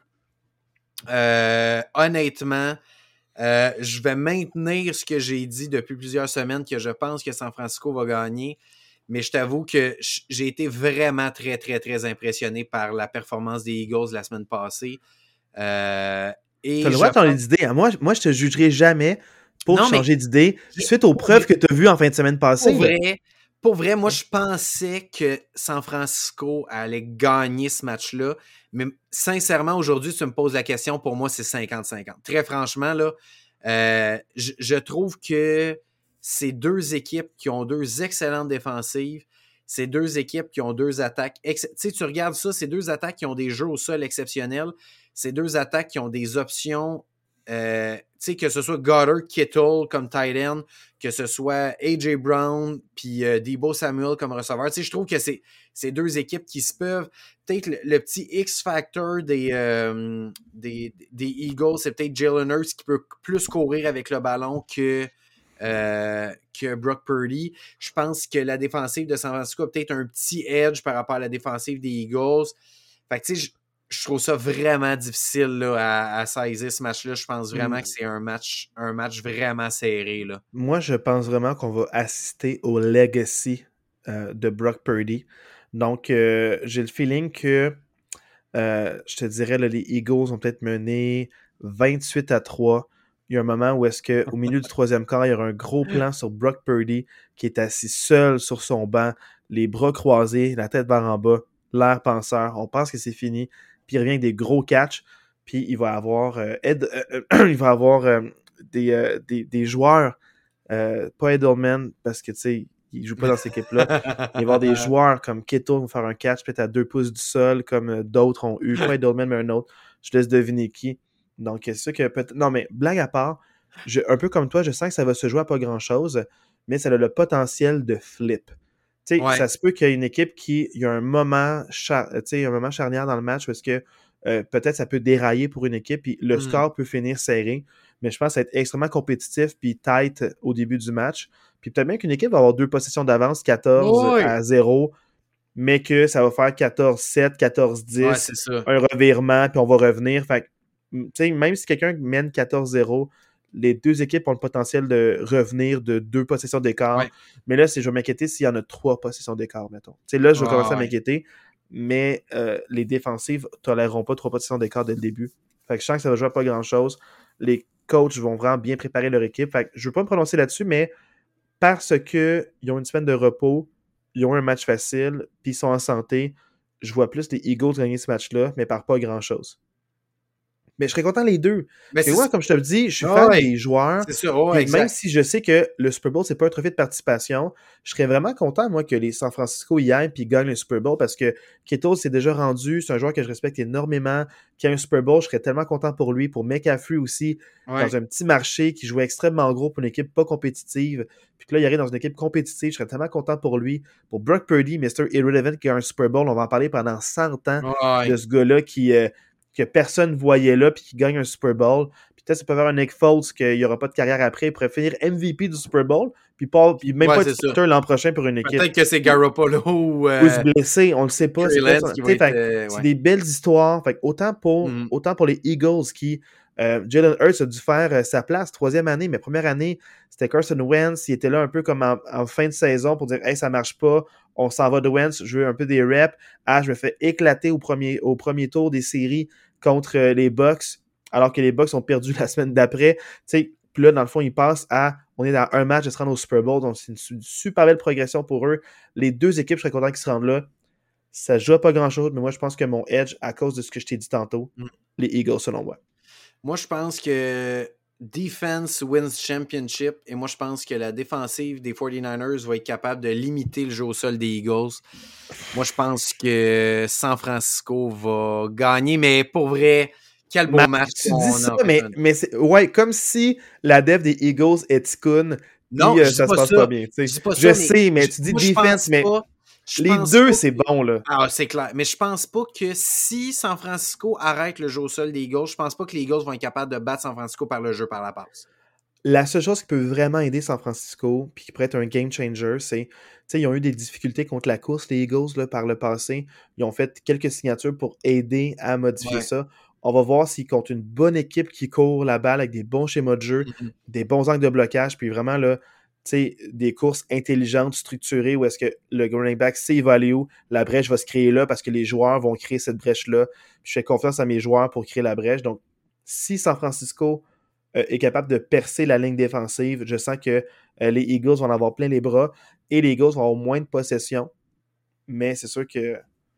Honnêtement, je vais maintenir ce que j'ai dit depuis plusieurs semaines, que je pense que San Francisco va gagner, mais je t'avoue que j'ai été vraiment très, très, très impressionné par la performance des Eagles la semaine passée. T'as le droit de changer d'idée. Moi, je te jugerai jamais pour changer d'idée suite aux preuves que tu as vues en fin de semaine passée. Pour vrai, moi, je pensais que San Francisco allait gagner ce match-là. Mais sincèrement, aujourd'hui, tu me poses la question, pour moi, c'est 50-50. Très franchement, là, je trouve que c'est 2 équipes qui ont 2 excellentes défensives. C'est 2 équipes qui ont 2 attaques. Tu sais, tu regardes ça, c'est 2 attaques qui ont des jeux au sol exceptionnels. C'est 2 attaques qui ont des options... que ce soit Goddard, Kittle comme tight end, que ce soit A.J. Brown puis Deebo Samuel comme receveur. Je trouve que c'est 2 équipes qui se peuvent. Peut-être le petit X-factor des Eagles, c'est peut-être Jalen Hurts qui peut plus courir avec le ballon que Brock Purdy. Je pense que la défensive de San Francisco a peut-être un petit edge par rapport à la défensive des Eagles. Fait que je trouve ça vraiment difficile là, à saisir ce match-là. Je pense vraiment que c'est un match vraiment serré. Là. Moi, je pense vraiment qu'on va assister au legacy de Brock Purdy. Donc, j'ai le feeling que, je te dirais, là, les Eagles ont peut-être mené 28-3. Il y a un moment où est-ce qu'au milieu du 3e quart, il y aura un gros plan sur Brock Purdy qui est assis seul sur son banc, les bras croisés, la tête vers en bas, l'air penseur. On pense que c'est fini. Puis il revient avec des gros catchs, puis il va avoir des joueurs, pas Edelman, parce que tu sais, il joue pas dans cette équipe-là. Il va y avoir des joueurs comme Kittle vont faire un catch peut-être à 2 pouces du sol, comme d'autres ont eu, pas Edelman, mais un autre. Je laisse deviner qui. Donc, c'est sûr que peut-être. Non, mais blague à part, un peu comme toi, je sens que ça va se jouer à pas grand-chose, mais ça a le potentiel de flip. Tu sais, ça se peut qu'il y ait une équipe il y a un moment charnière dans le match parce que peut-être ça peut dérailler pour une équipe puis le score peut finir serré, mais je pense que ça va être extrêmement compétitif puis tight au début du match. Puis peut-être bien qu'une équipe va avoir 2 possessions d'avance, 14-0, mais que ça va faire 14-7, 14-10, un revirement, puis on va revenir. Fait tu sais, même si quelqu'un mène 14-0, les deux équipes ont le potentiel de revenir de 2 possessions d'écart. Ouais. Mais là, je vais m'inquiéter s'il y en a 3 possessions d'écart, mettons. T'sais, là, je vais commencer à m'inquiéter, mais les défensives ne toléreront pas 3 possessions d'écart dès le début. Fait que je sens que ça va jouer à pas grand-chose. Les coachs vont vraiment bien préparer leur équipe. Fait que je ne veux pas me prononcer là-dessus, mais parce qu'ils ont une semaine de repos, ils ont un match facile, puis ils sont en santé, je vois plus les Eagles gagner ce match-là, mais par pas grand-chose. Mais je serais content les deux. Mais moi, comme je te le dis, je suis fan des joueurs. C'est sûr, même si je sais que le Super Bowl, c'est pas un trophée de participation, je serais vraiment content, moi, que les San Francisco y aillent et gagnent le Super Bowl parce que Kittle s'est déjà rendu. C'est un joueur que je respecte énormément. Qui a un Super Bowl, je serais tellement content pour lui. Pour McCaffrey aussi, dans un petit marché qui jouait extrêmement gros pour une équipe pas compétitive. Puis que là, il arrive dans une équipe compétitive. Je serais tellement content pour lui. Pour Brock Purdy, Mr. Irrelevant, qui a un Super Bowl, on va en parler pendant 100 ans de ce gars-là que personne voyait là, puis qui gagne un Super Bowl. Puis peut-être ça peut avoir un Nick Foles qu'il n'y aura pas de carrière après. Il pourrait finir MVP du Super Bowl, puis même pas être starter l'an prochain pour une équipe. Peut-être que c'est Garoppolo ou se blesser, on le sait pas. C'est des belles histoires. Fait, autant pour les Eagles qui... Jalen Hurts a dû faire sa place, 3e année, mais première année, c'était Carson Wentz. Il était là un peu comme en fin de saison pour dire « Hey, ça marche pas, on s'en va de Wentz, je veux un peu des reps. Je me fais éclater au premier tour des séries contre les Bucks, alors que les Bucks ont perdu la semaine d'après. » Puis là, dans le fond, ils passent on est dans un match de se rendre au Super Bowl, donc c'est une super belle progression pour eux. Les deux équipes, je serais content qu'ils se rendent là. Ça joue à pas grand-chose, mais moi, je pense que mon edge, à cause de ce que je t'ai dit tantôt, les Eagles, selon moi. Moi, je pense que defense wins championship et moi, je pense que la défensive des 49ers va être capable de limiter le jeu au sol des Eagles. Moi, je pense que San Francisco va gagner, mais pour vrai, quel beau match. Tu dis ça, mais c'est, comme si la def des Eagles est Ticoun. Non, ça se passe pas bien. Je sais, mais tu dis defense, mais... Les deux, c'est bon, là. Ah, c'est clair. Mais je pense pas que si San Francisco arrête le jeu au sol des Eagles, je pense pas que les Eagles vont être capables de battre San Francisco par le jeu par la passe. La seule chose qui peut vraiment aider San Francisco, puis qui pourrait être un game changer, c'est, ils ont eu des difficultés contre la course, les Eagles, là, par le passé. Ils ont fait quelques signatures pour aider à modifier ça. On va voir s'ils comptent une bonne équipe qui court la balle avec des bons schémas de jeu, des bons angles de blocage, puis vraiment, là, des courses intelligentes, structurées, où est-ce que le running back sait il va aller où, la brèche va se créer là parce que les joueurs vont créer cette brèche-là. Je fais confiance à mes joueurs pour créer la brèche. Donc, si San Francisco est capable de percer la ligne défensive, je sens que les Eagles vont en avoir plein les bras et les Eagles vont avoir moins de possession. Mais c'est sûr que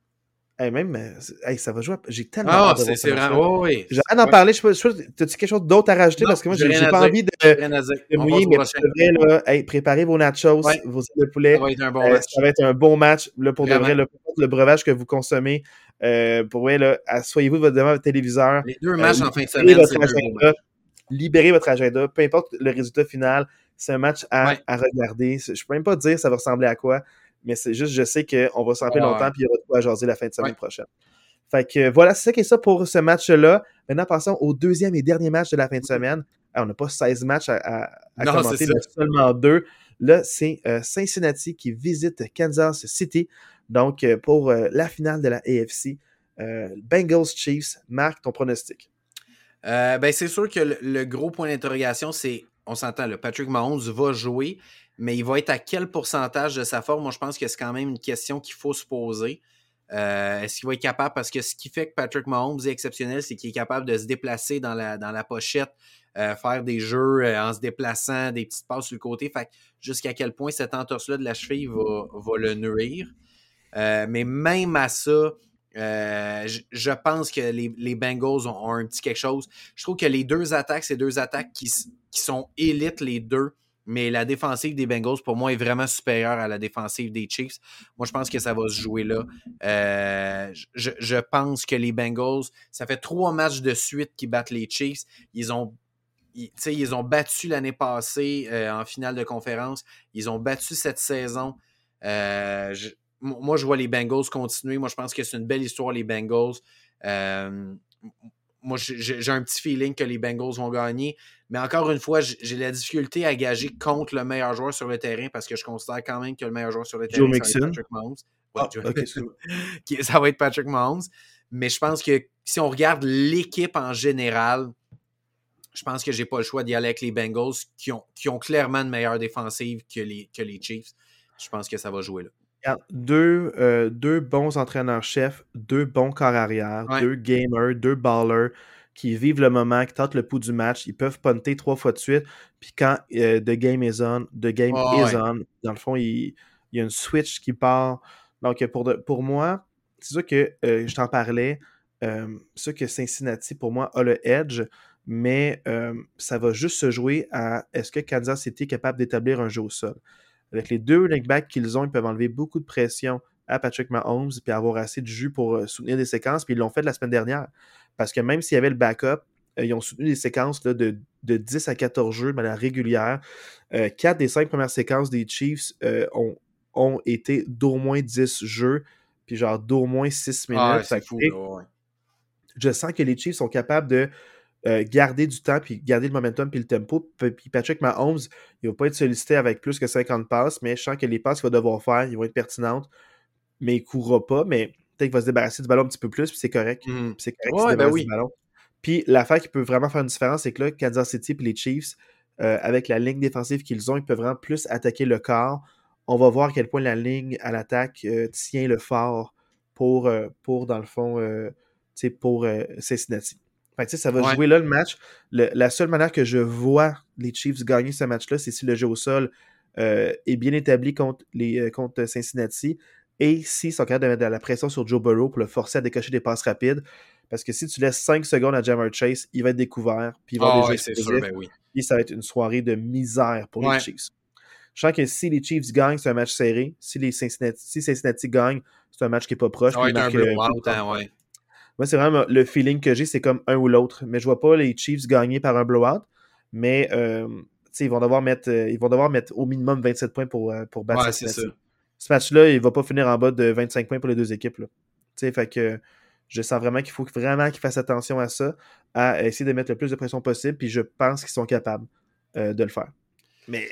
ça va jouer. J'ai tellement hâte de voir c'est vraiment. Oui. J'ai hâte d'en parler. Je sais pas, t'as-tu quelque chose d'autre à rajouter? Parce que moi, j'ai pas envie de mouiller, mais c'est vrai, là, préparez vos nachos, vos ailes de poulet. Ça va être un bon match. Ça va être un bon match. Là, pour de vrai, le breuvage que vous consommez, pour vrai, là, asseyez-vous devant votre téléviseur. Les deux matchs en fin de semaine, libérez votre agenda. Peu importe le résultat final, c'est un match à regarder. Je peux même pas dire ça va ressembler à quoi. Mais c'est juste, je sais qu'on va s'en rappeler longtemps puis il y aura de quoi à jaser la fin de semaine prochaine. Fait que voilà, c'est ça qui est ça pour ce match-là. Maintenant, passons au deuxième et dernier match de la fin de semaine. On n'a pas 16 matchs à commenter, mais seulement 2. Là, c'est Cincinnati qui visite Kansas City. Donc, pour la finale de la AFC, Bengals Chiefs. Marc, ton pronostic? C'est sûr que le gros point d'interrogation, c'est, on s'entend, Patrick Mahomes va jouer, mais il va être à quel pourcentage de sa forme? Moi, je pense que c'est quand même une question qu'il faut se poser. Est-ce qu'il va être capable? Parce que ce qui fait que Patrick Mahomes est exceptionnel, c'est qu'il est capable de se déplacer dans la pochette, faire des jeux en se déplaçant, des petites passes sur le côté. Fait que jusqu'à quel point cette entorse-là de la cheville va le nuire. Mais même à ça, je pense que les Bengals ont un petit quelque chose. Je trouve que les deux attaques, c'est deux attaques qui sont élites, les deux. Mais la défensive des Bengals, pour moi, est vraiment supérieure à la défensive des Chiefs. Moi, je pense que ça va se jouer là. Je pense que les Bengals, ça fait 3 matchs de suite qu'ils battent les Chiefs. Ils ont battu l'année passée en finale de conférence. Ils ont battu cette saison. Moi, je vois les Bengals continuer. Moi, je pense que c'est une belle histoire, les Bengals. Moi, j'ai un petit feeling que les Bengals vont gagner. Mais encore une fois, j'ai la difficulté à gager contre le meilleur joueur sur le terrain parce que je considère quand même que le meilleur joueur sur le terrain, c'est Patrick Mahomes. Ça va être Patrick Mahomes. Mais je pense que si on regarde l'équipe en général, je pense que j'ai pas le choix d'y aller avec les Bengals qui ont clairement une meilleure défensive que les Chiefs. Je pense que ça va jouer là. Deux bons entraîneurs-chefs, 2 bons corps arrière, 2 gamers, 2 ballers qui vivent le moment, qui tentent le pouls du match. Ils peuvent punter 3 fois de suite. Puis quand the game is on, the game is on. Dans le fond, il y a une switch qui part. Donc, pour moi, c'est sûr que je t'en parlais. C'est sûr que Cincinnati, pour moi, a le edge. Mais ça va juste se jouer à est-ce que Kansas City est capable d'établir un jeu au sol. Avec les 2 running backs qu'ils ont, ils peuvent enlever beaucoup de pression à Patrick Mahomes puis avoir assez de jus pour soutenir des séquences. Puis ils l'ont fait la semaine dernière. Parce que même s'il y avait le backup, ils ont soutenu des séquences là, de 10 à 14 jeux de manière régulière. 4 des 5 premières séquences des Chiefs ont été d'au moins 10 jeux, puis genre d'au moins 6 minutes. C'est fou, là, je sens que les Chiefs sont capables de garder du temps, puis garder le momentum, puis le tempo. Puis Patrick Mahomes, il ne va pas être sollicité avec plus que 50 passes, mais je sens que les passes qu'il va devoir faire, ils vont être pertinentes, mais il ne courra pas, mais peut-être qu'il va se débarrasser du ballon un petit peu plus, puis c'est correct. Puis c'est correct qu'il se débarrasse du ballon. Puis l'affaire qui peut vraiment faire une différence, c'est que là, Kansas City et les Chiefs, avec la ligne défensive qu'ils ont, ils peuvent vraiment plus attaquer le corps. On va voir à quel point la ligne à l'attaque tient le fort pour dans le fond, pour Cincinnati. Fait que, ça va jouer là le match. La seule manière que je vois les Chiefs gagner ce match-là, c'est si le jeu au sol est bien établi contre Cincinnati et s'ils sont capables de mettre de la pression sur Joe Burrow pour le forcer à décocher des passes rapides. Parce que si tu laisses 5 secondes à Ja'Marr Chase, il va être découvert, puis il va avoir des jeux explosifs, et ça va être une soirée de misère pour les Chiefs. Je sens que si les Chiefs gagnent, c'est un match serré. Si Cincinnati gagne, c'est un match qui n'est pas proche. Ça va être un blowout, Moi, c'est vraiment le feeling que j'ai, c'est comme un ou l'autre. Mais je vois pas les Chiefs gagner par un blowout. Mais ils vont devoir mettre au minimum 27 points pour battre Cincinnati. Ce match-là, il va pas finir en bas de 25 points pour les deux équipes. Là. Fait que je sens vraiment qu'il faut vraiment qu'ils fassent attention à ça, à essayer de mettre le plus de pression possible. Puis je pense qu'ils sont capables de le faire. Mais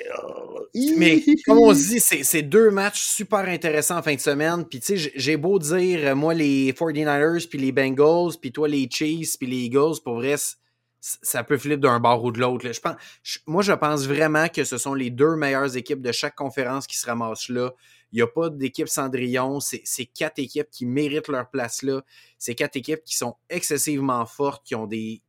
comme on se dit, c'est 2 matchs super intéressants en fin de semaine. Puis tu sais, j'ai beau dire, moi, les 49ers, puis les Bengals, puis toi, les Chiefs, puis les Eagles, pour vrai, ça peut flipper d'un bord ou de l'autre. Je pense vraiment que ce sont les 2 meilleures équipes de chaque conférence qui se ramassent là. Il n'y a pas d'équipe Cendrillon. C'est 4 équipes qui méritent leur place là. C'est 4 équipes qui sont excessivement fortes, qui ont des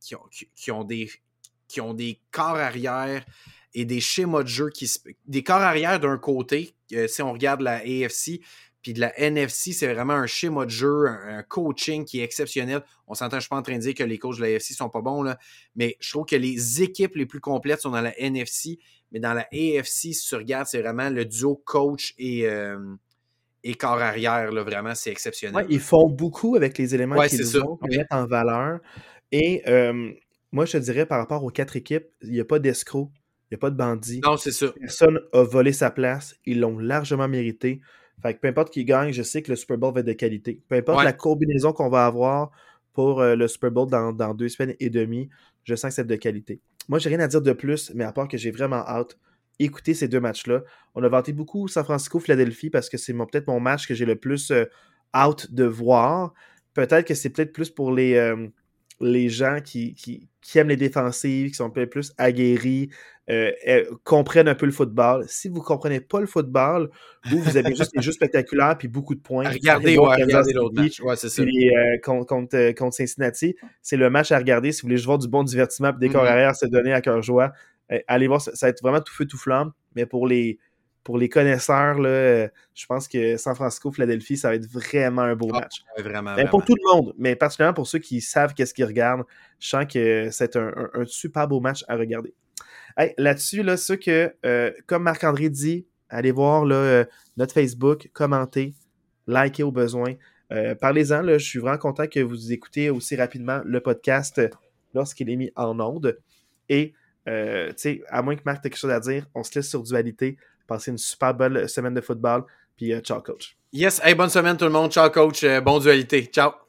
corps arrière et des schémas de jeu des corps arrière d'un côté, si on regarde la AFC, puis de la NFC, c'est vraiment un schéma de jeu, un coaching qui est exceptionnel. On s'entend, je ne suis pas en train de dire que les coachs de la AFC sont pas bons, là, mais je trouve que les équipes les plus complètes sont dans la NFC, mais dans la AFC, si tu regardes, c'est vraiment le duo coach et corps arrière, là, vraiment, c'est exceptionnel. Ouais, ils font beaucoup avec les éléments qu'ils ont, qu'ils mettent en valeur. Et moi, je te dirais, par rapport aux 4 équipes, il n'y a pas d'escrocs. Il n'y a pas de bandits. Non, c'est ça. Personne n'a volé sa place. Ils l'ont largement mérité. Fait que peu importe qui gagne, je sais que le Super Bowl va être de qualité. Peu importe la combinaison qu'on va avoir pour le Super Bowl dans 2 semaines et demie, je sens que c'est de qualité. Moi, j'ai rien à dire de plus, mais à part que j'ai vraiment hâte d'écouter ces 2 matchs-là. On a vanté beaucoup San Francisco-Philadelphie parce que c'est peut-être mon match que j'ai le plus hâte de voir. Peut-être que c'est peut-être plus pour les gens qui aiment les défensives, qui sont un peu plus aguerris, comprennent un peu le football. Si vous ne comprenez pas le football, vous avez juste les jeux spectaculaires puis beaucoup de points. Regardez l'autre match. Ouais, c'est ça. Contre Cincinnati, c'est le match à regarder si vous voulez juste voir du bon divertissement et des corps arrière se donner à cœur joie. Allez voir, ça va être vraiment tout feu tout flamme, mais pour les connaisseurs, là, je pense que San Francisco-Philadelphie, ça va être vraiment un beau match. Vraiment. Pour tout le monde, mais particulièrement pour ceux qui savent qu'est-ce qu'ils regardent, je sens que c'est un super beau match à regarder. Hey, là-dessus, là, ceux que, comme Marc-André dit, allez voir là, notre Facebook, commentez, likez au besoin. Parlez-en, là, je suis vraiment content que vous écoutez aussi rapidement le podcast lorsqu'il est mis en onde. Et, à moins que Marc ait quelque chose à dire, on se laisse sur Dualité. Passez une super belle semaine de football. Puis ciao, coach. Yes, hey, bonne semaine tout le monde. Ciao, coach. Bon Dualité. Ciao.